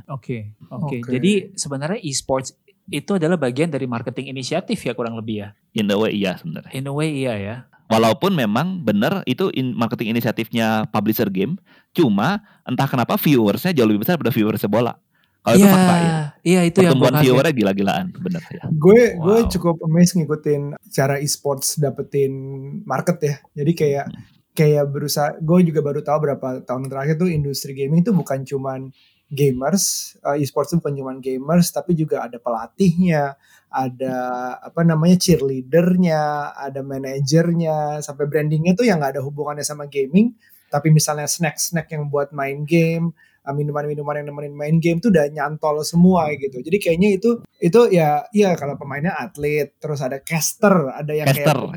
Jadi sebenarnya e-sports itu adalah bagian dari marketing inisiatif ya kurang lebih ya?
In a way iya sebenarnya.
In a way iya ya.
Walaupun memang benar itu marketing inisiatifnya publisher game, cuma entah kenapa viewersnya jauh lebih besar daripada viewersnya bola. Kalau itu fakta ya.
Iya itu yang
pertumbuhan viewernya gila-gilaan, benar ya.
Gue cukup amazed ngikutin cara e-sports dapetin market ya. Jadi kayak berusaha. Gue juga baru tahu berapa tahun terakhir tuh industri gaming itu bukan cuman gamers, e-sports itu bukan cuman gamers, tapi juga ada pelatihnya, ada cheerleadernya, ada manajernya, sampai brandingnya tuh yang nggak ada hubungannya sama gaming, tapi misalnya snack yang buat main game, minuman-minuman yang nemenin main game tuh udah nyantol semua gitu. Jadi kayaknya itu ya kalau pemainnya atlet, terus ada caster, ada yang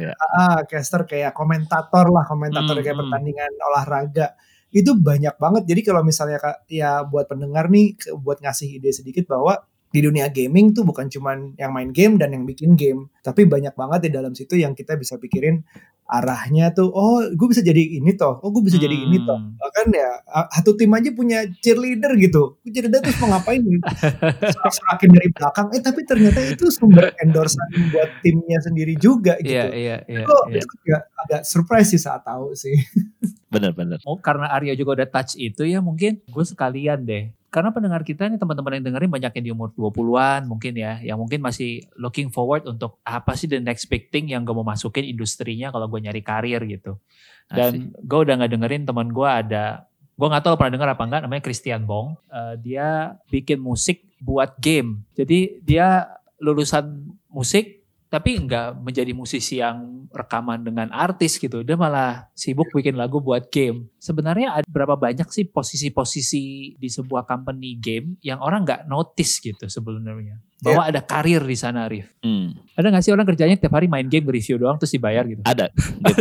caster kayak komentator kayak pertandingan olahraga. Itu banyak banget. Jadi kalau misalnya ya buat pendengar nih, buat ngasih ide sedikit bahwa di dunia gaming tuh bukan cuman yang main game dan yang bikin game, tapi banyak banget di dalam situ yang kita bisa pikirin arahnya tuh, oh gue bisa jadi ini toh, oh gue bisa jadi ini toh. Bahkan ya satu tim aja punya cheerleader gitu, cheerleader terus mau ngapain gitu, semakin dari belakang, tapi ternyata itu sumber endorsement buat timnya sendiri juga gitu. Itu agak surprise sih saat tahu sih.
Benar.
Oh karena Arya juga udah touch itu ya, mungkin gue sekalian deh. Karena pendengar kita nih, teman-teman yang dengerin banyak yang di umur 20-an mungkin ya, yang mungkin masih looking forward untuk apa sih the next big thing yang gue mau masukin industrinya kalau gue nyari karir gitu. Dan gue udah gak dengerin teman gue gue gak tahu pernah denger apa enggak, namanya Christian Bong. Dia bikin musik buat game. Jadi dia lulusan musik tapi nggak menjadi musisi yang rekaman dengan artis gitu. Dia malah sibuk bikin lagu buat game. Sebenarnya ada berapa banyak sih posisi-posisi di sebuah company game yang orang nggak notice gitu sebenarnya. Bahwa ada karir di sana, Arif. Ada nggak sih orang kerjanya tiap hari main game, review doang terus dibayar gitu?
Ada.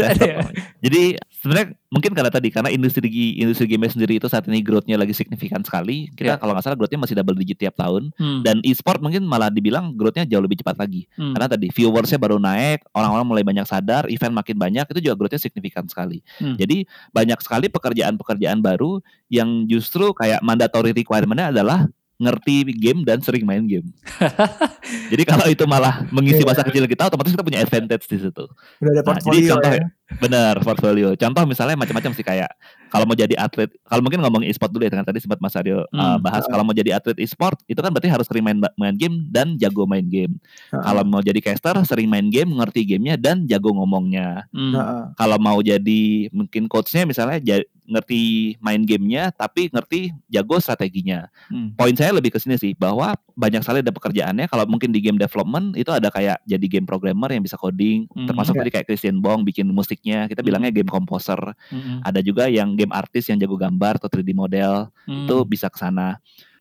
Jadi sebenarnya mungkin karena industri game sendiri itu saat ini growth-nya lagi signifikan sekali. Kita kalau nggak salah growth-nya masih double digit tiap tahun. Dan e-sport mungkin malah dibilang growth-nya jauh lebih cepat lagi. Karena tadi viewersnya baru naik, orang-orang mulai banyak sadar, event makin banyak, itu juga growth-nya signifikan sekali. Jadi banyak sekali pekerjaan-pekerjaan baru yang justru kayak mandatory requirement-nya adalah ngerti game dan sering main game. Jadi kalau itu malah mengisi masa kecil kita, otomatis kita punya advantage di situ.
Udah ada portfolio.
Jadi contoh benar portfolio. Contoh misalnya macam-macam sih, kayak kalau mau jadi atlet, kalau mungkin ngomong e-sport dulu ya, kan tadi sempat Mas Aryo bahas, kalau mau jadi atlet e-sport itu kan berarti harus sering main game dan jago main game. Kalau mau jadi caster, sering main game, ngerti gamenya dan jago ngomongnya. Kalau mau jadi mungkin coachnya misalnya ngerti main gamenya tapi ngerti jago strateginya. Poin saya lebih ke sini sih, bahwa banyak sekali ada pekerjaannya. Kalau mungkin di game development itu ada kayak jadi game programmer yang bisa coding, termasuk tadi kayak Christian Bong bikin musiknya, kita bilangnya game composer. Ada juga yang game artist yang jago gambar atau 3D model, itu bisa ke sana.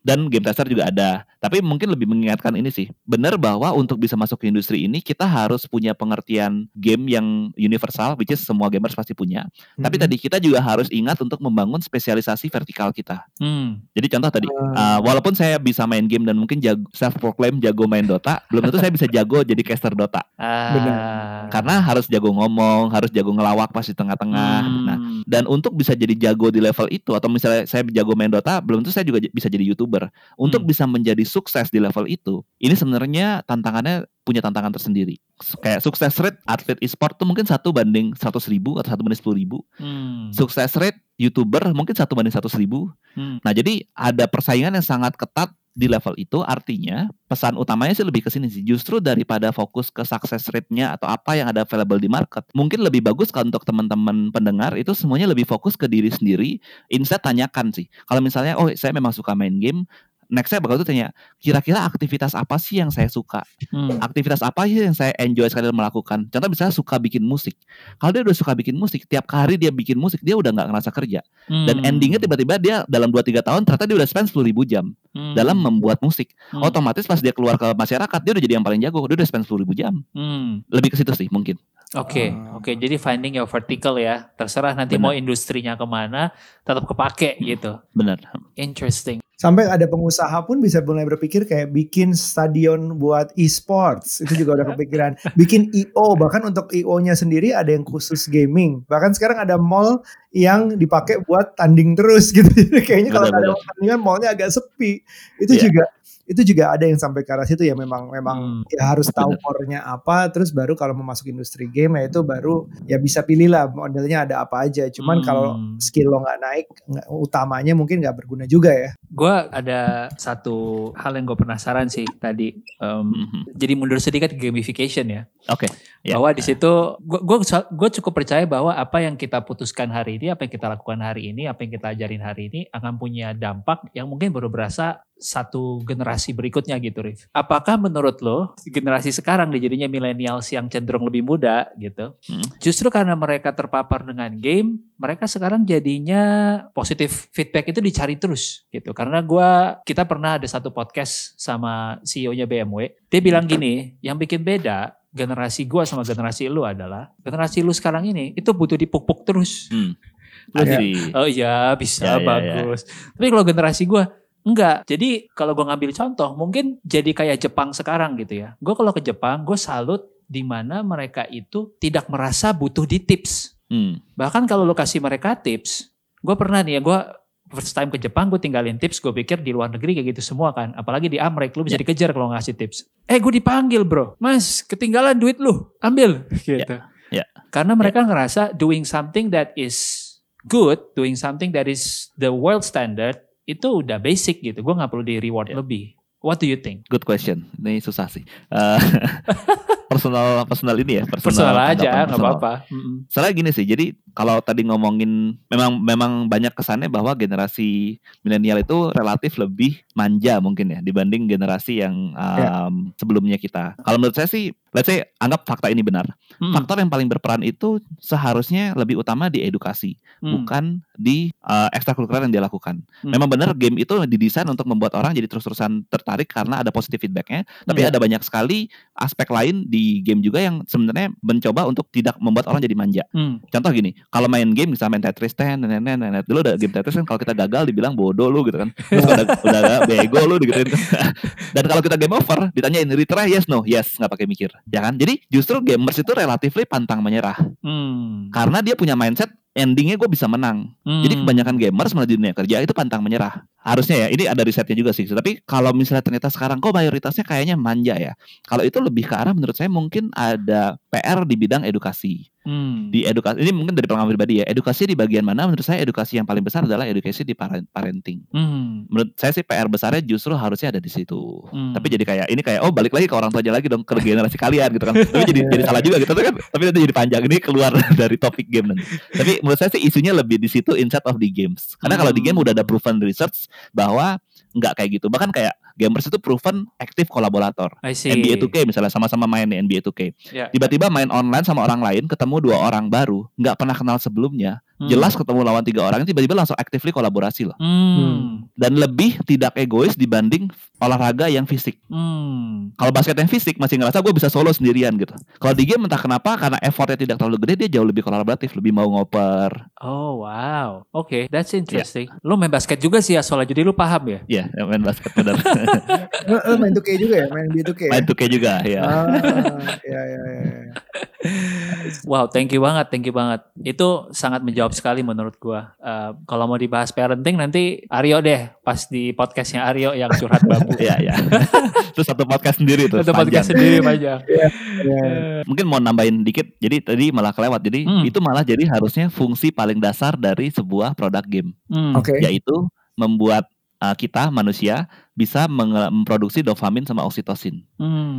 dan game tester juga ada. Tapi mungkin lebih mengingatkan ini sih, benar bahwa untuk bisa masuk ke industri ini kita harus punya pengertian game yang universal, which is semua gamers pasti punya. Tapi tadi kita juga harus ingat untuk membangun spesialisasi vertikal kita. Jadi contoh tadi, walaupun saya bisa main game dan mungkin self-proclaim jago main Dota, belum tentu saya bisa jago jadi caster Dota.
Benar.
Karena harus jago ngomong, harus jago ngelawak pas di tengah-tengah. Nah, dan untuk bisa jadi jago di level itu, atau misalnya saya jago main Dota, belum tentu saya juga bisa jadi YouTuber. Untuk bisa menjadi sukses di level itu, ini sebenarnya punya tantangan tersendiri. Kayak sukses rate atlet e-sport tuh mungkin 1 banding 100.000 atau 1 banding 10.000. Sukses rate YouTuber mungkin 1 banding 100.000. Nah, jadi ada persaingan yang sangat ketat di level itu. Artinya pesan utamanya sih lebih ke sini sih. Justru daripada fokus ke success rate-nya atau apa yang ada available di market, mungkin lebih bagus kalau untuk teman-teman pendengar itu semuanya lebih fokus ke diri sendiri. Instead tanyakan sih. Kalau misalnya saya memang suka main game, next saya bakal tuh tanya, kira-kira aktivitas apa sih yang saya suka? Aktivitas apa sih yang saya enjoy sekali melakukan? Contoh misalnya suka bikin musik. Kalau dia udah suka bikin musik, tiap hari dia bikin musik, dia udah gak ngerasa kerja. Dan endingnya tiba-tiba dia dalam 2-3 tahun ternyata dia udah spend 10.000 jam dalam membuat musik. Otomatis pas dia keluar ke masyarakat, dia udah jadi yang paling jago. Dia udah spend 10.000 jam. Lebih ke situ sih mungkin.
Oke. Jadi finding your vertical ya. Terserah nanti mau industrinya kemana, tetap kepake gitu.
Benar.
Interesting.
Sampai ada pengusaha pun bisa mulai berpikir kayak bikin stadion buat e-sports. Itu juga udah kepikiran. Bikin IO, bahkan untuk IO-nya sendiri ada yang khusus gaming. Bahkan sekarang ada mall yang dipakai buat tanding terus gitu. Kayaknya kalau ada tandingan mallnya agak sepi. Itu juga ada yang sampai ke arah situ ya, memang ya harus tahu core-nya apa, terus baru kalau mau masuk industri game ya itu baru ya bisa pilih lah modelnya ada apa aja. Cuman kalau skill lo nggak naik, utamanya mungkin nggak berguna juga ya.
Gue ada satu hal yang gue penasaran sih tadi. Jadi mundur sedikit ke gamification ya.
Oke.
Bahwa di situ gue cukup percaya bahwa apa yang kita putuskan hari ini, apa yang kita lakukan hari ini, apa yang kita ajarin hari ini akan punya dampak yang mungkin baru berasa satu generasi berikutnya gitu, Rif. Apakah menurut lo generasi sekarang jadinya millennials yang cenderung lebih muda gitu, justru karena mereka terpapar dengan game, mereka sekarang jadinya positif feedback itu dicari terus gitu. Karena kita pernah ada satu podcast sama CEO-nya BMW, dia bilang gini, yang bikin beda generasi gue sama generasi lu adalah generasi lu sekarang ini itu butuh dipuk-puk terus. Oh iya bisa bagus. Tapi kalau generasi gue enggak. Jadi kalau gue ngambil contoh, mungkin jadi kayak Jepang sekarang gitu ya. Gue kalau ke Jepang, gue salut di mana mereka itu tidak merasa butuh di tips. Bahkan kalau lo kasih mereka tips, gue pernah nih ya, gue first time ke Jepang, gue tinggalin tips, gue pikir di luar negeri kayak gitu semua kan. Apalagi di Amerika, lo bisa dikejar kalau ngasih tips. Gue dipanggil bro, mas ketinggalan duit lu, ambil gitu. Karena mereka ngerasa doing something that is good, doing something that is the world standard, itu udah basic gitu. Gue gak perlu di reward lebih. What do you think?
Good question. Ini susah sih. Personal ini ya.
Personal aja, gak apa-apa.
Soalnya gini sih, jadi kalau tadi ngomongin memang banyak kesannya bahwa generasi milenial itu relatif lebih manja mungkin ya dibanding generasi yang sebelumnya kita. Kalau menurut saya sih, let's say anggap fakta ini benar. Faktor yang paling berperan itu seharusnya lebih utama di edukasi, bukan di ekstrakurikuler yang dia lakukan. Memang benar game itu didesain untuk membuat orang jadi terus-terusan tertarik karena ada positive feedbacknya. Tapi ada banyak sekali aspek lain di game juga yang sebenarnya mencoba untuk tidak membuat orang jadi manja. Contoh gini, kalau main game misalnya main Tetris, dulu ada game Tetris kan kalau kita gagal dibilang bodoh lu gitu kan. Terus udah bego lu digituin. Dan kalau kita game over ditanyain retry yes no, yes nggak pakai mikir, ya kan? Jadi justru gamers itu relatifly pantang menyerah. Karena dia punya mindset endingnya gue bisa menang. Jadi kebanyakan gamers menuju dunia kerja itu pantang menyerah. Harusnya ya, ini ada risetnya juga sih. Tapi kalau misalnya ternyata sekarang kok mayoritasnya kayaknya manja ya. Kalau itu lebih ke arah menurut saya mungkin ada PR di bidang edukasi. Di edukasi, ini mungkin dari pengalaman pribadi ya. Edukasi di bagian mana? Menurut saya edukasi yang paling besar adalah edukasi di parenting. Menurut saya sih PR besarnya justru harusnya ada di situ. Tapi jadi kayak balik lagi ke orang tua aja lagi dong, ke generasi kalian gitu kan. Tapi jadi salah juga gitu kan. Tapi nanti jadi panjang, ini keluar dari topik game nanti. Tapi menurut saya sih isunya lebih di situ instead of the games. Karena kalau di game udah ada proven research bahwa nggak kayak gitu. Bahkan kayak gamers itu proven active kolaborator. NBA 2K misalnya sama-sama main di NBA 2K. Tiba-tiba main online sama orang lain, ketemu 2 orang baru, nggak pernah kenal sebelumnya, jelas ketemu lawan 3 orang tiba-tiba langsung actively kolaborasi loh. Dan lebih tidak egois dibanding olahraga yang fisik. Kalau basket yang fisik masih ngerasa gue bisa solo sendirian gitu. Kalau di game entah kenapa karena effortnya tidak terlalu gede dia jauh lebih kolaboratif, lebih mau ngoper.
Oh wow, oke, that's interesting. Lo main basket juga sih soalnya jadi lo paham ya?
Iya, main basket benar.
Lo main 2K juga ya, main B2K.
Main 2K juga ya.
Ya.
Wow, thank you banget. Itu sangat menjawab sekali menurut gua. Kalau mau dibahas parenting nanti Aryo deh, pas di podcastnya Aryo yang curhat babu.
Iya. Itu satu podcast sendiri tuh.
Satu podcast sendiri panjang.
Mungkin mau nambahin dikit. Jadi tadi malah kelewat. Jadi itu malah jadi harusnya fungsi paling dasar dari sebuah produk game. Yaitu membuat kita manusia bisa memproduksi dopamin sama oksitosin.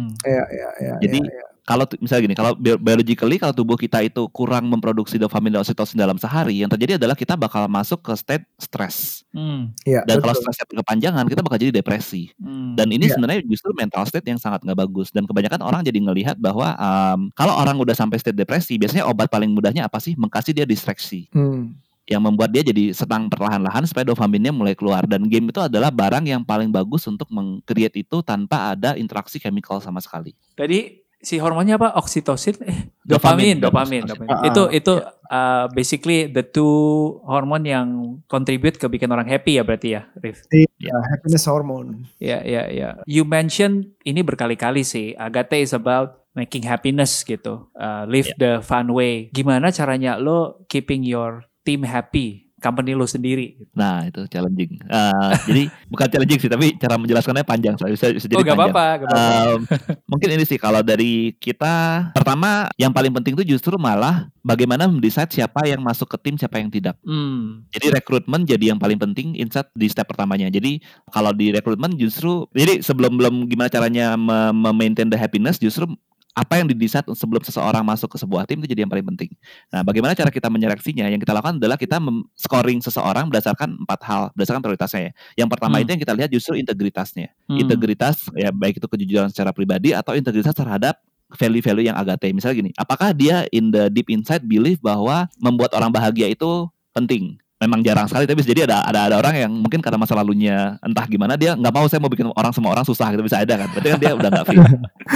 Jadi kalau misalnya gini, kalau biologically kalau tubuh kita itu kurang memproduksi dopamin dan oksitosin dalam sehari, yang terjadi adalah kita bakal masuk ke state stres. Dan kalau stresnya berkepanjangan, kita bakal jadi depresi. Dan ini sebenarnya justru mental state yang sangat nggak bagus. Dan kebanyakan orang jadi ngelihat bahwa kalau orang udah sampai state depresi, biasanya obat paling mudahnya apa sih? Mengkasih dia distraksi. Yang membuat dia jadi senang perlahan-lahan supaya dopaminnya mulai keluar. Dan game itu adalah barang yang paling bagus untuk meng-create itu tanpa ada interaksi chemical sama sekali.
Tadi si hormonnya apa? Oksitosin? Dopamin. Itu basically the two hormon yang contribute ke bikin orang happy ya berarti ya, Rif?
Happiness hormone.
Ya. You mention ini berkali-kali sih. Agate is about making happiness gitu. Live the fun way. Gimana caranya lo keeping your team happy? Company lo sendiri.
Nah itu challenging. Jadi bukan challenging sih, tapi cara menjelaskannya panjang. Bisa jadi panjang.
Gak apa-apa.
Mungkin ini sih kalau dari kita, pertama yang paling penting itu justru malah bagaimana mendesain siapa yang masuk ke tim, siapa yang tidak. Jadi rekrutmen jadi yang paling penting insert di step pertamanya. Jadi kalau di rekrutmen justru, jadi sebelum gimana caranya maintain the happiness, justru apa yang didesain sebelum seseorang masuk ke sebuah tim itu jadi yang paling penting. Nah, bagaimana cara kita menyeleksinya? Yang kita lakukan adalah kita scoring seseorang berdasarkan 4 hal, berdasarkan prioritasnya. Yang pertama itu yang kita lihat justru integritasnya. Integritas ya baik itu kejujuran secara pribadi atau integritas terhadap value-value yang Agate. Misalnya gini, apakah dia in the deep inside believe bahwa membuat orang bahagia itu penting? Memang jarang sekali, tapi bisa jadi ada orang yang mungkin karena masa lalunya entah gimana dia nggak mau, saya mau bikin semua orang susah gitu, bisa ada kan, berarti kan dia udah nggak fit.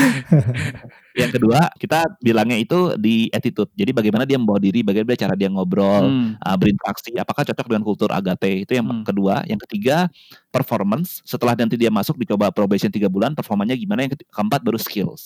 Yang kedua kita bilangnya itu di attitude, jadi bagaimana dia membawa diri, bagaimana cara dia ngobrol, berinteraksi, apakah cocok dengan kultur Agate, itu yang kedua. Yang ketiga performance, setelah nanti dia masuk dicoba probation 3 bulan performanya gimana. Yang keempat baru skills.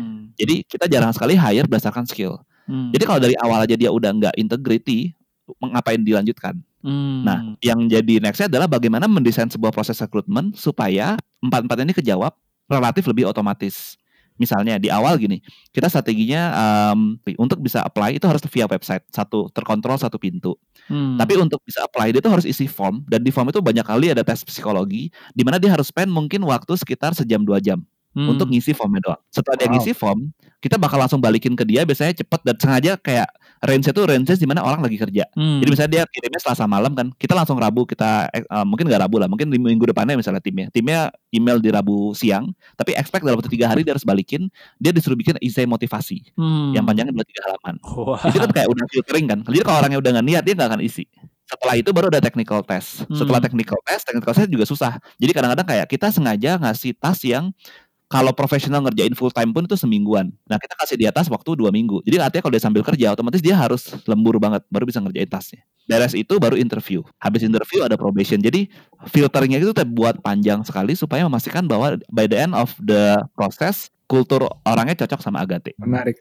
Jadi kita jarang sekali hire berdasarkan skill. Jadi kalau dari awal aja dia udah nggak integrity, ngapain dilanjutkan? Nah, yang jadi nextnya adalah bagaimana mendesain sebuah proses rekrutmen supaya 4-4 ini kejawab relatif lebih otomatis. Misalnya di awal gini, kita strateginya untuk bisa apply itu harus via website, satu terkontrol, satu pintu. Tapi untuk bisa apply dia itu harus isi form, dan di form itu banyak kali ada tes psikologi, di mana dia harus spend mungkin waktu sekitar 1-2 jam. Untuk ngisi formnya doang. Setelah dia ngisi form, kita bakal langsung balikin ke dia, biasanya cepet dan sengaja kayak range di mana orang lagi kerja. Jadi misalnya dia kirimnya Selasa malam kan, kita langsung Rabu kita mungkin nggak Rabu lah, mungkin di minggu depannya misalnya timnya email di Rabu siang, tapi expect dalam 3 hari dia harus balikin, dia disuruh bikin essay motivasi yang panjangnya 2-3 halaman. Itu kan kayak udah filtering kan. Jadi kalau orangnya udah nggak niat dia nggak akan isi. Setelah itu baru ada technical test. Setelah technical test juga susah. Jadi kadang-kadang kayak kita sengaja ngasih task yang kalau profesional ngerjain full time pun itu semingguan. Nah kita kasih di atas waktu 2 minggu. Jadi artinya kalau dia sambil kerja otomatis dia harus lembur banget baru bisa ngerjain tasknya. Beres itu baru interview. Habis interview ada probation. Jadi filternya itu buat panjang sekali supaya memastikan bahwa by the end of the process kultur orangnya cocok sama Agate.
Menarik.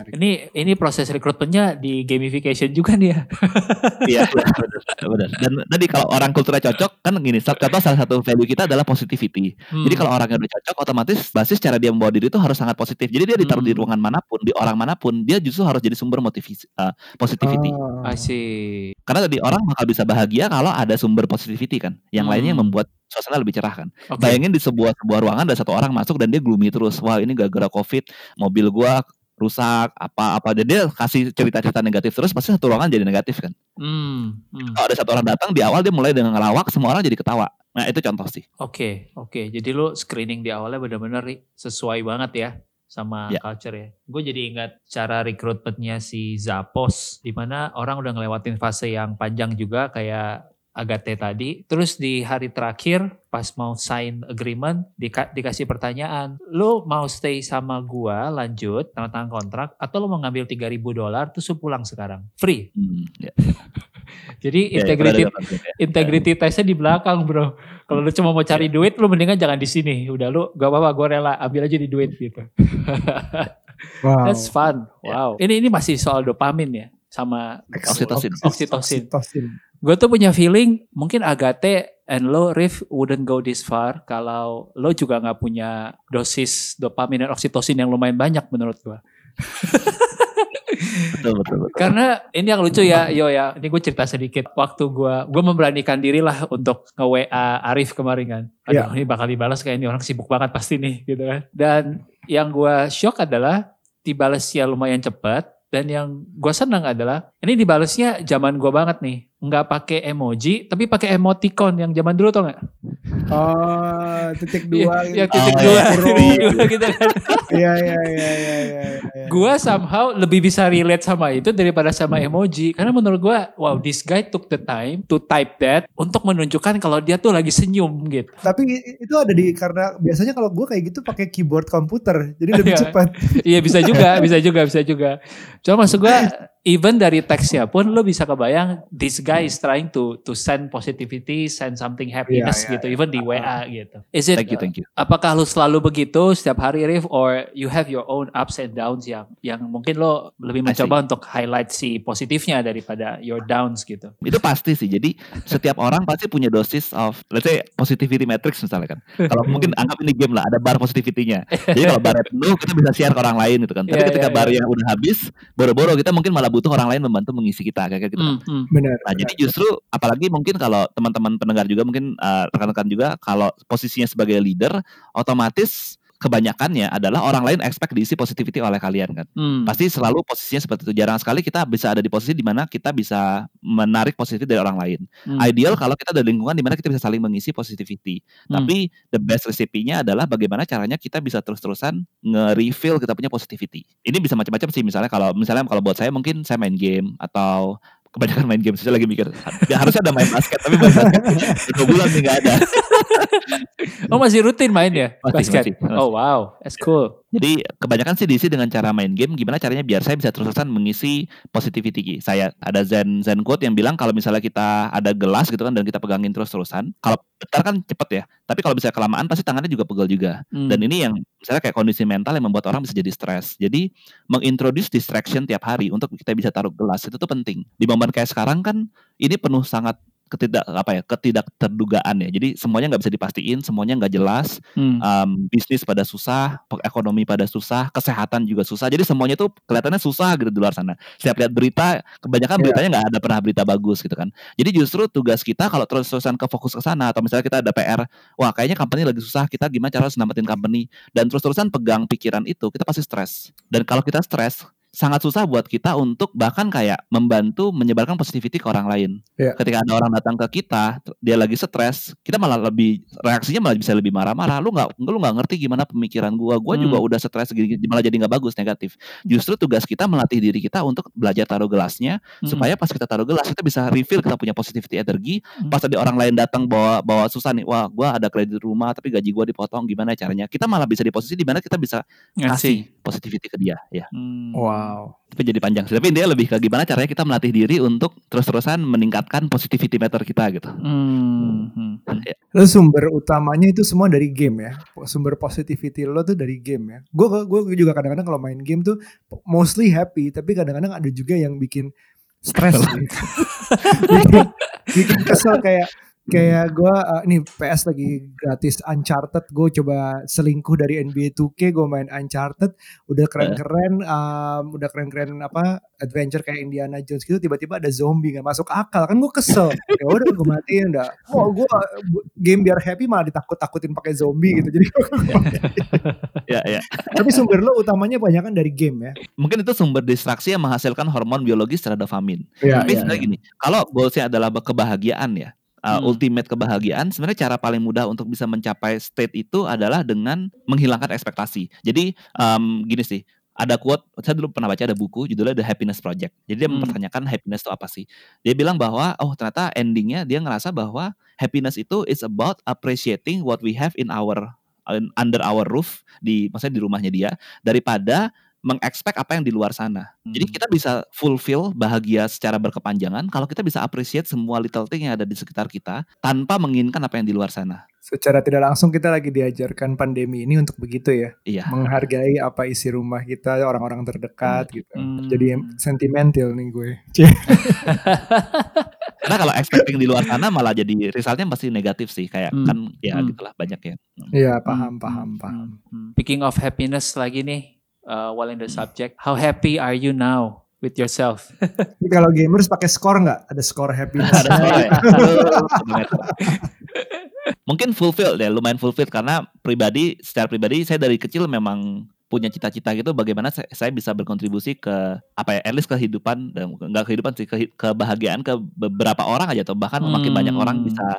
Ini proses rekrutmennya di gamification juga nih ya.
Iya, benar. Dan tadi kalau orang kulturnya cocok kan gini, contoh salah satu value kita adalah positivity. Jadi kalau orangnya udah cocok, otomatis basis cara dia membawa diri itu harus sangat positif. Jadi dia ditaruh di ruangan manapun, di orang manapun, dia justru harus jadi sumber positivity.
I see.
Karena tadi orang bakal bisa bahagia kalau ada sumber positivity kan. Yang lainnya yang membuat suasana lebih cerah kan. Bayangin di sebuah ruangan ada satu orang masuk dan dia gloomy terus. Wah ini gara-gara COVID mobil gua rusak apa-apa. Jadi dia kasih cerita-cerita negatif terus, pasti satu ruangan jadi negatif kan. Kalau ada satu orang datang di awal dia mulai dengan ngelawak, semua orang jadi ketawa. Nah itu contoh sih.
Oke. Jadi lu screening di awalnya benar-benar sesuai banget ya sama
Ya.
culture ya. Gue jadi ingat cara rekrutmennya si Zappos, di mana orang udah ngelewatin fase yang panjang juga kayak Agate tadi. Terus di hari terakhir pas mau sign agreement dikasih pertanyaan, lo mau stay sama gua lanjut tanda tangan kontrak atau lo mau ngambil $3,000 terus lo pulang sekarang free.
Ya.
Jadi
Ya,
integrity testnya di belakang bro. Kalau lu cuma mau cari duit, lu mendingan jangan di sini. Udah lu gak apa-apa, gue rela ambil aja di duit gitu.
Wow.
That's fun. Wow. Ini masih soal dopamin ya, sama
Oxytocin.
gue tuh punya feeling mungkin Agate and lo Rif wouldn't go this far kalau lo juga nggak punya dosis dopamin dan oksitosin yang lumayan banyak menurut gue.
Betul.
Karena ini yang lucu ya, ya. Ini gue cerita sedikit. Waktu gue memberanikan diri lah untuk nge-WA Arif kemarin kan. Aduh, ini bakal dibalas kayak ini orang sibuk banget pasti nih gitu kan. Dan yang gue shock adalah dibalasnya lumayan cepat. Dan yang gue senang adalah ini dibalasnya zaman gue banget nih. Nggak pakai emoji, tapi pakai emoticon yang zaman dulu tau nggak?
Oh, titik dua.
Iya, titik dua gitu kan.
Iya.
Gue somehow lebih bisa relate sama itu daripada sama emoji. Karena menurut gue, wow, this guy took the time to type that untuk menunjukkan kalau dia tuh lagi senyum gitu.
Tapi itu ada karena biasanya kalau gue kayak gitu pakai keyboard komputer, jadi lebih cepat.
Iya bisa juga. Cuma maksud gue, even dari teksnya pun lo bisa kebayang this guy is trying to send positivity, send something happiness gitu, even di WA gitu. Is it?
Thank you.
Apakah lo selalu begitu setiap hari Rif, or you have your own ups and downs yang mungkin lo lebih mencoba untuk highlight si positifnya daripada your downs gitu?
Itu pasti sih. Jadi setiap orang pasti punya dosis of, let's say positivity matrix misalnya kan. Kalau mungkin anggap ini game lah, ada bar positivity-nya. Jadi kalau barnya penuh kita bisa share ke orang lain gitu kan. Tapi ketika bar yang udah habis, boro-boro kita mungkin malah butuh orang lain membantu mengisi kita kayak gitu kan.
Benar.
Nah, jadi justru apalagi mungkin kalau teman-teman pendengar juga mungkin rekan-rekan juga kalau posisinya sebagai leader, otomatis kebanyakannya adalah orang lain expect diisi positivity oleh kalian kan. Pasti selalu posisinya seperti itu. Jarang sekali kita bisa ada di posisi di mana kita bisa menarik positivity dari orang lain. Ideal kalau kita ada lingkungan di mana kita bisa saling mengisi positivity. Tapi the best recipe-nya adalah bagaimana caranya kita bisa terus-terusan nge-refill kita punya positivity. Ini bisa macam-macam sih, misalnya kalau buat saya mungkin saya main game atau kebanyakan main game. Saya lagi mikir harusnya ada main basket, tapi main basket 2 bulan sih nggak ada.
Oh masih rutin main ya basket?
Masih.
Oh wow, that's cool.
Jadi kebanyakan sih diisi dengan cara main game. Gimana caranya biar saya bisa terus-terusan mengisi positivity saya. Ada Zen quote yang bilang kalau misalnya kita ada gelas gitu kan dan kita pegangin terus-terusan, kalau bentar kan cepet ya, tapi kalau bisa kelamaan pasti tangannya juga pegel juga. Dan ini yang misalnya kayak kondisi mental yang membuat orang bisa jadi stres. Jadi mengintroduce distraction tiap hari untuk kita bisa taruh gelas itu tuh penting. Di momen kayak sekarang kan ini penuh sangat ketidakterdugaan ya. Jadi semuanya nggak bisa dipastiin, semuanya nggak jelas. Bisnis pada susah, ekonomi pada susah, kesehatan juga susah. Jadi semuanya tuh kelihatannya susah gitu di luar sana. Setiap lihat berita, kebanyakan beritanya nggak ada pernah berita bagus gitu kan. Jadi justru tugas kita kalau terus-terusan ke fokus ke sana, atau misalnya kita ada PR, wah kayaknya company lagi susah, kita gimana cara harus selamatin company, dan terus-terusan pegang pikiran itu, kita pasti stres. Dan kalau kita stres, sangat susah buat kita untuk bahkan kayak membantu menyebarkan positivity ke orang lain. Ketika ada orang datang ke kita, dia lagi stres, kita malah reaksinya malah bisa lebih marah-marah. Lu nggak ngerti gimana pemikiran gua juga udah stres gini, malah jadi nggak bagus, negatif. Justru tugas kita melatih diri kita untuk belajar taruh gelasnya, supaya pas kita taruh gelas kita bisa refill, kita punya positivity energi. Pas ada orang lain datang bawa susah nih, wah gua ada kredit rumah tapi gaji gua dipotong, gimana caranya? Kita malah bisa di posisi di mana kita bisa kasih positivity ke dia ya.
Wow.
Tapi jadi panjang. Tapi dia lebih ke gimana caranya kita melatih diri untuk terus-terusan meningkatkan positivity meter kita gitu.
Lo sumber utamanya itu semua dari game ya. Sumber positivity lo tuh dari game ya. Gue juga kadang-kadang kalau main game tuh mostly happy, tapi kadang-kadang ada juga yang bikin stres. bikin kesel kayak gue nih PS lagi gratis Uncharted, gue coba selingkuh dari NBA 2K, gue main Uncharted, udah keren-keren apa adventure kayak Indiana Jones gitu, tiba-tiba ada zombie, nggak masuk akal kan, gue kesel. Ya udah gue matiin dah. Gue game biar happy malah ditakut-takutin pakai zombie gitu, jadi
ya.
Tapi sumber lo utamanya banyak kan dari game ya.
Mungkin itu sumber distraksi yang menghasilkan hormon biologis terhadap dopamin. Tapi sebenarnya gini, kalau goalsnya adalah kebahagiaan ya, ultimate kebahagiaan, sebenarnya cara paling mudah untuk bisa mencapai state itu adalah dengan menghilangkan ekspektasi. Jadi gini sih, ada quote, saya dulu pernah baca ada buku judulnya The Happiness Project. Jadi dia mempertanyakan happiness itu apa sih? Dia bilang bahwa ternyata endingnya dia ngerasa bahwa happiness itu is about appreciating what we have under our roof, maksudnya di rumahnya dia, daripada mengexpect apa yang di luar sana. Jadi kita bisa fulfill bahagia secara berkepanjangan kalau kita bisa appreciate semua little thing yang ada di sekitar kita tanpa menginginkan apa yang di luar sana.
Secara tidak langsung kita lagi diajarkan pandemi ini untuk begitu ya.
Iya.
Menghargai apa isi rumah kita, orang-orang terdekat gitu. Jadi sentimental nih gue.
Karena kalau expecting di luar sana malah jadi resultnya pasti negatif sih, kayak kan ya gitulah banyak ya.
Iya, paham.
Speaking of happiness lagi nih, while in the subject, how happy are you now with yourself?
Jadi kalau gamers pakai skor nggak? Ada skor happiness.
Ada skor ya. Mungkin fulfilled ya, lumayan fulfilled karena secara pribadi saya dari kecil memang punya cita-cita gitu bagaimana saya bisa berkontribusi ke at least kehidupan, enggak kehidupan sih, kebahagiaan ke beberapa orang aja atau bahkan makin banyak orang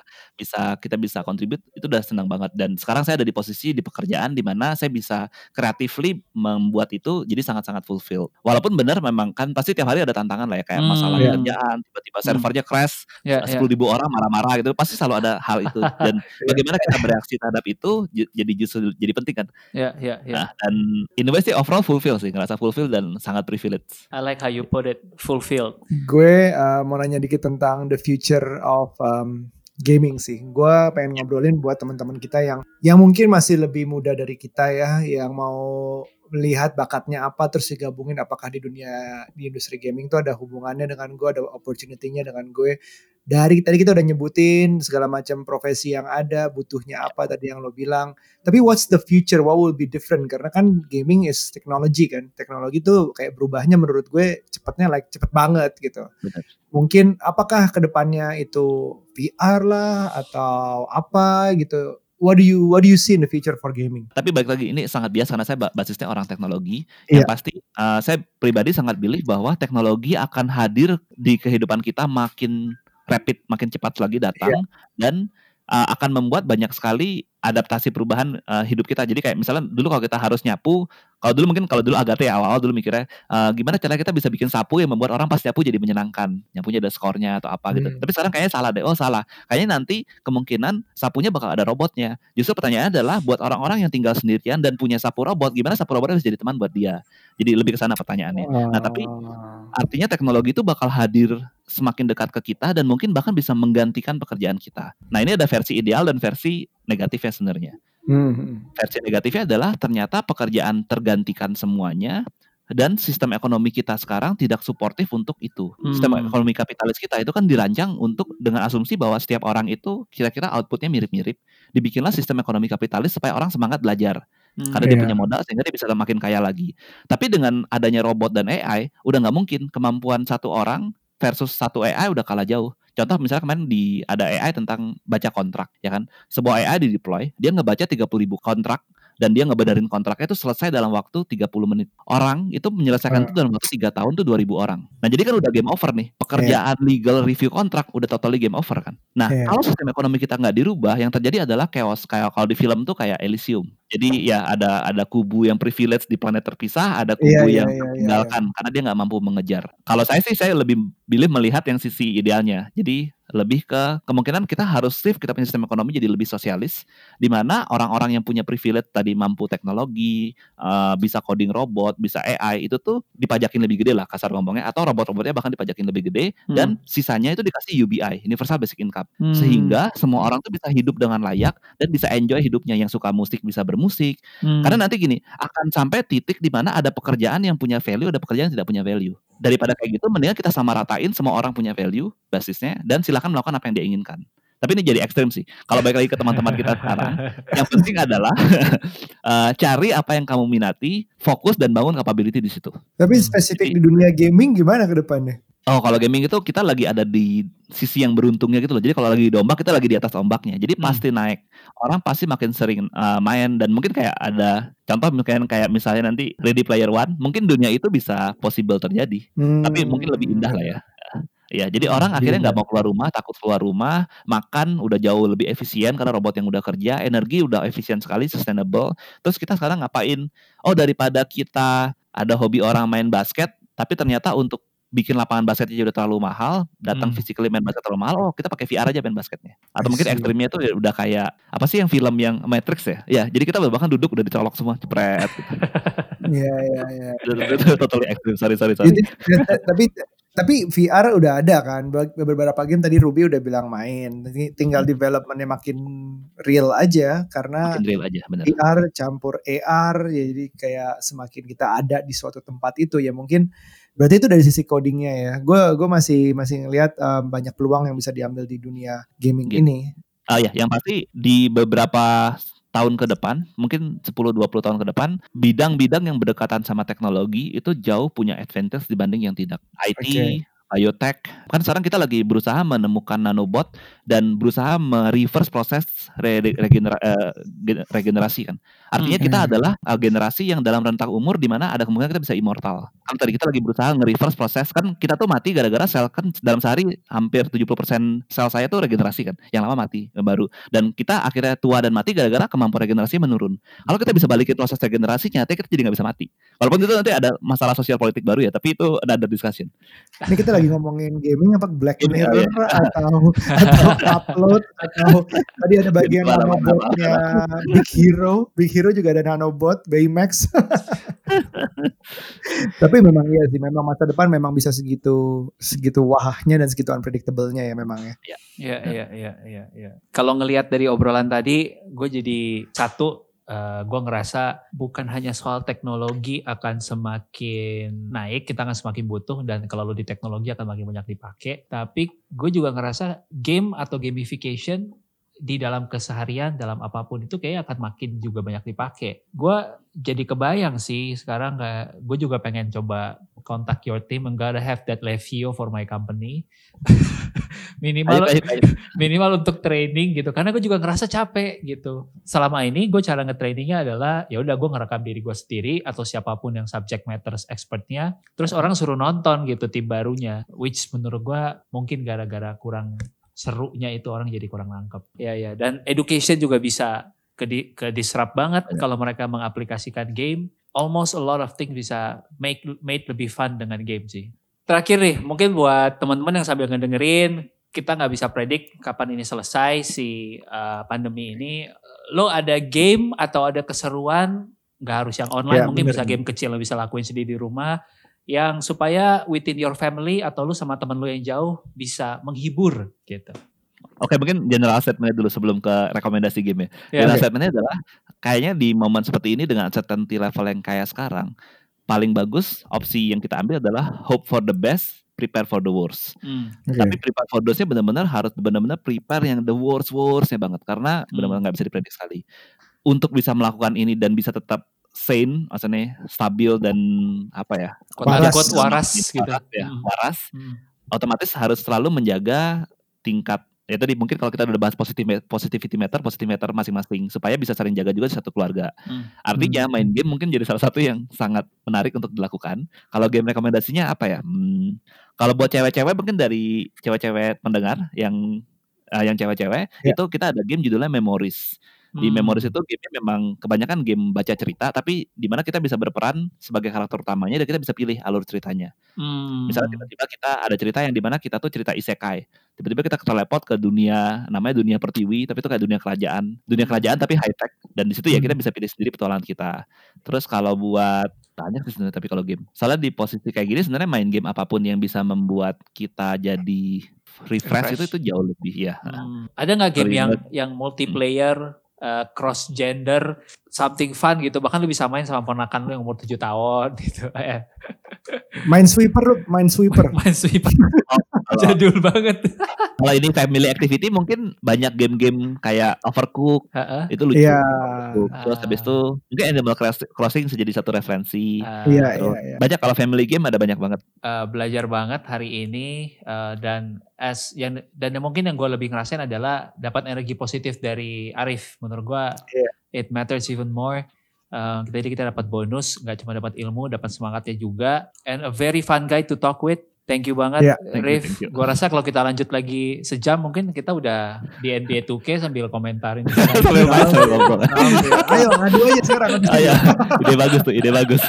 kita bisa kontribut, itu udah senang banget. Dan sekarang saya ada di posisi di pekerjaan di mana saya bisa creatively membuat itu jadi sangat-sangat fulfill. Walaupun benar memang kan pasti tiap hari ada tantangan lah ya, kayak masalah kerjaan, tiba-tiba servernya crash, 10.000 orang marah-marah gitu, pasti selalu ada hal itu. Dan bagaimana kita bereaksi terhadap itu justru jadi penting kan. Nah, dan in a way sih overall fulfill sih, ngerasa fulfill dan sangat privilege.
I like how you put it, fulfilled.
Gue mau nanya dikit tentang the future of gaming sih. Gue pengen ngobrolin buat teman-teman kita yang mungkin masih lebih muda dari kita ya, yang mau melihat bakatnya apa terus digabungin apakah di industri gaming tuh ada hubungannya dengan gue, ada opportunity-nya dengan gue. Dari tadi kita udah nyebutin segala macam profesi yang ada, butuhnya apa tadi yang lo bilang. Tapi what's the future? What will be different? Karena kan gaming is technology kan. Teknologi tuh kayak berubahnya menurut gue cepet banget gitu.
Benar.
Mungkin apakah kedepannya itu VR lah atau apa gitu? What do you see in the future for gaming?
Tapi balik lagi ini sangat biasa karena saya basisnya orang teknologi. Yang pasti saya pribadi sangat believe bahwa teknologi akan hadir di kehidupan kita makin rapid, makin cepat lagi datang dan akan membuat banyak sekali adaptasi perubahan hidup kita. Jadi kayak misalnya dulu kalau kita harus nyapu, kalau dulu Agate awal dulu mikirnya gimana cara kita bisa bikin sapu yang membuat orang pas nyapu jadi menyenangkan, nyapunya ada skornya atau apa gitu. Tapi sekarang kayaknya salah deh. Salah. Kayaknya nanti kemungkinan sapunya bakal ada robotnya. Justru pertanyaannya adalah buat orang-orang yang tinggal sendirian dan punya sapu robot, gimana sapu robotnya bisa jadi teman buat dia. Jadi lebih ke sana pertanyaannya. Nah, tapi artinya teknologi itu bakal hadir semakin dekat ke kita dan mungkin bahkan bisa menggantikan pekerjaan kita. Nah, ini ada versi ideal dan versi negatifnya sebenarnya. Versi negatifnya adalah ternyata pekerjaan tergantikan semuanya dan sistem ekonomi kita sekarang tidak suportif untuk itu. Sistem ekonomi kapitalis kita itu kan dirancang untuk dengan asumsi bahwa setiap orang itu kira-kira outputnya mirip-mirip. Dibikinlah sistem ekonomi kapitalis supaya orang semangat belajar. Karena dia punya modal sehingga dia bisa makin kaya lagi. Tapi dengan adanya robot dan AI udah nggak mungkin kemampuan satu orang versus satu AI udah kalah jauh. Contoh misalnya kemarin ada AI tentang baca kontrak, ya kan? Sebuah AI di-deploy, dia ngebaca 30.000 kontrak dan dia ngebedarin kontraknya itu selesai dalam waktu 30 menit. Orang itu menyelesaikan itu dalam waktu 3 tahun tuh 2.000 orang. Nah, jadi kan udah game over nih. Pekerjaan legal review kontrak udah totally game over kan. Nah, kalau sistem ekonomi kita nggak dirubah, yang terjadi adalah chaos. Kayak kalau di film tuh kayak Elysium. Jadi ya ada kubu yang privilege di planet terpisah, ada kubu yang tertinggalkan karena dia nggak mampu mengejar. Kalau saya lebih pilih melihat yang sisi idealnya. Jadi lebih ke kemungkinan kita harus shift, kita punya sistem ekonomi jadi lebih sosialis, di mana orang-orang yang punya privilege tadi mampu teknologi, bisa coding robot, bisa AI, itu tuh dipajakin lebih gede lah kasar ngomongnya, atau robot-robotnya bahkan dipajakin lebih gede, dan sisanya itu dikasih UBI, Universal Basic Income, sehingga semua orang tuh bisa hidup dengan layak dan bisa enjoy hidupnya. Yang suka musik bisa bermusik, karena nanti gini akan sampai titik di mana ada pekerjaan yang punya value, ada pekerjaan yang tidak punya value. Daripada kayak gitu, mendingan kita sama ratain semua orang punya value basisnya dan silakan melakukan apa yang dia inginkan. Tapi ini jadi ekstrem sih. Kalau balik lagi ke teman-teman kita sekarang, yang penting adalah cari apa yang kamu minati, fokus dan bangun capability di situ.
Tapi spesifik di dunia gaming gimana ke depannya?
Oh, kalau gaming itu kita lagi ada di sisi yang beruntungnya gitu loh. Jadi kalau lagi di ombak, kita lagi di atas ombaknya. Jadi pasti naik. Orang pasti makin sering main, dan mungkin kayak ada contoh mungkin kayak misalnya nanti Ready Player One, mungkin dunia itu bisa possible terjadi. Tapi mungkin lebih indah lah ya. Ya, jadi orang akhirnya nggak mau keluar rumah, takut keluar rumah, makan udah jauh lebih efisien karena robot yang udah kerja, energi udah efisien sekali, sustainable. Terus kita sekarang ngapain? Oh, daripada kita ada hobi orang main basket, tapi ternyata untuk bikin lapangan basketnya udah terlalu mahal, datang physically main basket terlalu mahal, kita pakai VR aja main basketnya. Atau mungkin ekstrimnya tuh ya udah kayak apa sih yang film yang Matrix ya? Ya, jadi kita bahkan duduk udah dicolok semua, cepret gitu.
Iya.
Itu totally ekstrim, sorry.
Tapi VR udah ada kan, beberapa game tadi Ruby udah bilang main, tinggal developmentnya makin real aja karena
makin real aja, bener.
VR campur AR, jadi kayak semakin kita ada di suatu tempat itu ya mungkin. Berarti itu dari sisi codingnya ya. Gue masih ngelihat banyak peluang yang bisa diambil di dunia gaming ini.
Ya, yang pasti di beberapa tahun ke depan, mungkin 10-20 tahun ke depan, bidang-bidang yang berdekatan sama teknologi itu jauh punya advantage dibanding yang tidak. IT, biotech. Kan sekarang kita lagi berusaha menemukan nanobot dan berusaha mereverse proses regenerasi kan. Artinya kita adalah generasi yang dalam rentang umur di mana ada kemungkinan kita bisa immortal. Kan tadi kita lagi berusaha nge-reverse proses, kan kita tuh mati gara-gara sel, kan dalam sehari hampir 70% sel saya tuh regenerasi kan. Yang lama mati, yang baru. Dan kita akhirnya tua dan mati gara-gara kemampuan regenerasi menurun. Kalau kita bisa balikin proses regenerasinya, kita jadi gak bisa mati. Walaupun itu nanti ada masalah sosial politik baru ya, tapi itu ada discussion.
Ini kita lagi ngomongin gaming apa Black Mirror atau upload atau tadi ada bagian nanobotnya Big Hero juga ada nanobot Baymax. Tapi memang iya sih, memang masa depan memang bisa segitu wahnya dan segitu unpredictable-nya ya memang ya.
Iya. Kalau ngelihat dari obrolan tadi, gue jadi gue ngerasa bukan hanya soal teknologi akan semakin naik, kita akan semakin butuh, dan kalau di teknologi akan makin banyak dipakai. Tapi gue juga ngerasa game atau gamification di dalam keseharian, dalam apapun itu kayak akan makin juga banyak dipakai. Gue jadi kebayang sih sekarang, gue juga pengen coba contact your team and gotta have that Levio for my company. minimal untuk training gitu, karena gue juga ngerasa capek gitu. Selama ini gue cara nge-trainingnya adalah ya udah gue ngerekam diri gue sendiri atau siapapun yang subject matters expertnya, terus orang suruh nonton gitu tim barunya, which menurut gue mungkin gara-gara kurang serunya itu orang jadi kurang nangkep. Ya, dan education juga bisa ke disrupt banget kalau mereka mengaplikasikan game. Almost a lot of things bisa made lebih fun dengan game sih. Terakhir nih, mungkin buat teman-teman yang sambil ngedengerin, kita nggak bisa predik kapan ini selesai si pandemi ini. Lo ada game atau ada keseruan, nggak harus yang online, mungkin bisa game kecil lo bisa lakuin sendiri di rumah, yang supaya within your family atau lu sama teman lu yang jauh bisa menghibur gitu.
Oke, mungkin general statement dulu sebelum ke rekomendasi game ya. General statementnya adalah kayaknya di momen seperti ini dengan uncertainty level yang kayak sekarang, paling bagus opsi yang kita ambil adalah hope for the best, prepare for the worst. Tapi prepare for the worst-nya benar-benar harus benar-benar prepare yang the worst-nya banget, karena benar-benar nggak bisa diprediksi sekali. Untuk bisa melakukan ini dan bisa tetap sane, maksudnya stabil dan apa ya?
Waras gitu.
Waras. Otomatis harus selalu menjaga tingkat. Ya tadi mungkin kalau kita udah bahas positivity meter masing-masing supaya bisa saling jaga juga di satu keluarga. Artinya main game mungkin jadi salah satu yang sangat menarik untuk dilakukan. Kalau game rekomendasinya apa ya? Kalau buat cewek-cewek mungkin dari cewek-cewek pendengar yang cewek-cewek itu kita ada game judulnya Memories. Di Memories itu game memang kebanyakan game baca cerita, tapi di mana kita bisa berperan sebagai karakter utamanya dan kita bisa pilih alur ceritanya. Misalnya tiba-tiba kita ada cerita yang di mana kita tuh cerita isekai. Tiba-tiba kita teleport ke dunia, namanya dunia pertiwi, tapi itu kayak dunia kerajaan tapi high tech. Dan di situ ya kita bisa pilih sendiri petualangan kita. Terus kalau buat banyak sih sebenarnya, tapi kalau game, soalnya di posisi kayak gini sebenarnya main game apapun yang bisa membuat kita jadi refresh itu jauh lebih ya.
Ada nggak game yang multiplayer? Cross gender, something fun gitu, bahkan lu bisa main sama ponakan lu yang umur 7 tahun gitu.
Minesweeper.
Jadul banget.
Kalau ini family activity mungkin banyak game-game kayak Overcooked, itu lucu. Terus habis itu mungkin Animal Crossing bisa jadi satu referensi. Banyak, kalau family game ada banyak banget.
Belajar banget hari ini, dan mungkin yang gue lebih ngerasain adalah dapat energi positif dari Arif. Menurut gue it matters even more. Kita dapat bonus, nggak cuma dapat ilmu, dapat semangatnya juga, and a very fun guy to talk with. Thank you banget,
Yeah.
Rif.
Thank you.
Gua rasa kalau kita lanjut lagi sejam mungkin kita udah di NBA 2K sambil komentarin.
Sambil main, sambil ngobrol.
Ayo ngadu aja sekarang.
Iya, ide bagus tuh, ide bagus.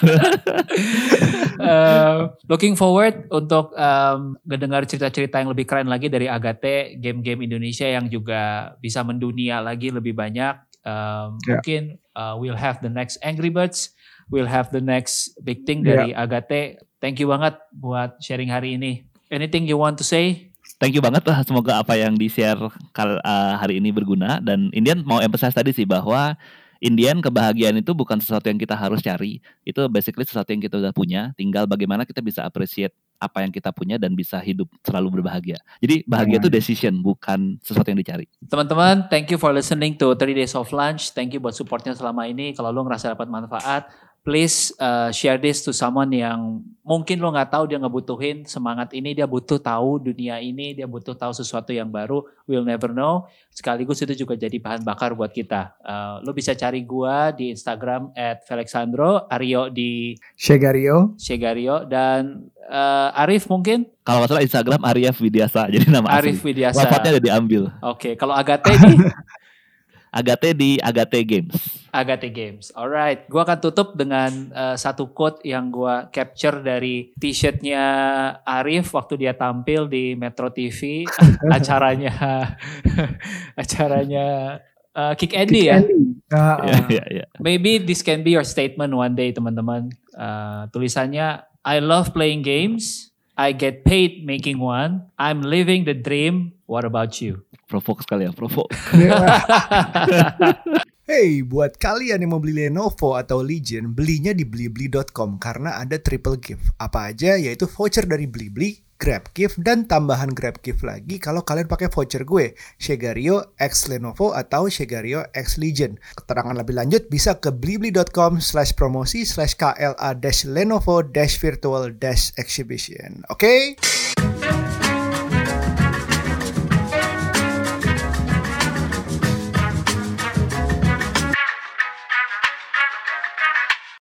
Looking forward untuk ngedengar cerita-cerita yang lebih keren lagi dari Agate, game-game Indonesia yang juga bisa mendunia lagi lebih banyak. Mungkin we'll have the next Angry Birds, we'll have the next big thing dari Agate. Thank you banget buat sharing hari ini. Anything you want to say?
Thank you banget lah, semoga apa yang di-share hari ini berguna. Dan Indian mau emphasize tadi sih bahwa Indian kebahagiaan itu bukan sesuatu yang kita harus cari. Itu basically sesuatu yang kita udah punya. Tinggal bagaimana kita bisa appreciate apa yang kita punya dan bisa hidup selalu berbahagia. Jadi bahagia itu decision, bukan sesuatu yang dicari.
Teman-teman, thank you for listening to 30 Days of Lunch. Thank you buat supportnya selama ini. Kalau lo ngerasa dapat manfaat, please share this to someone yang mungkin lo nggak tahu dia ngebutuhin semangat ini, dia butuh tahu dunia ini, dia butuh tahu sesuatu yang baru. We'll never know. Sekaligus itu juga jadi bahan bakar buat kita. Lo bisa cari gua di Instagram @Felixandro, Aryo di
Shegario.
dan Arif mungkin
Kalau nggak salah Instagram Arif Widiasa, jadi nama
Arif
asli.
Widiasa.
Wafatnya udah diambil.
Oke, kalau Agate di
Agate di Agate Games.
Agate Games. Alright, gua akan tutup dengan satu quote yang gua capture dari t-shirtnya Arif waktu dia tampil di Metro TV acaranya Kick Andy ya.
Iya.
Maybe this can be your statement one day, teman-teman. Tulisannya, I love playing games. I get paid making one. I'm living the dream. What about you?
Provoke sekali ya, provoke.
Hey, buat kalian yang mau beli Lenovo atau Legion, belinya di blibli.com karena ada triple gift. Apa aja? Yaitu voucher dari Blibli, Grab Gift, dan tambahan Grab Gift lagi kalau kalian pakai voucher gue, Shegario X Lenovo atau Shegario X Legion. Keterangan lebih lanjut bisa ke blibli.com/promosi/KLA-Lenovo-virtual-exhibition. Oke?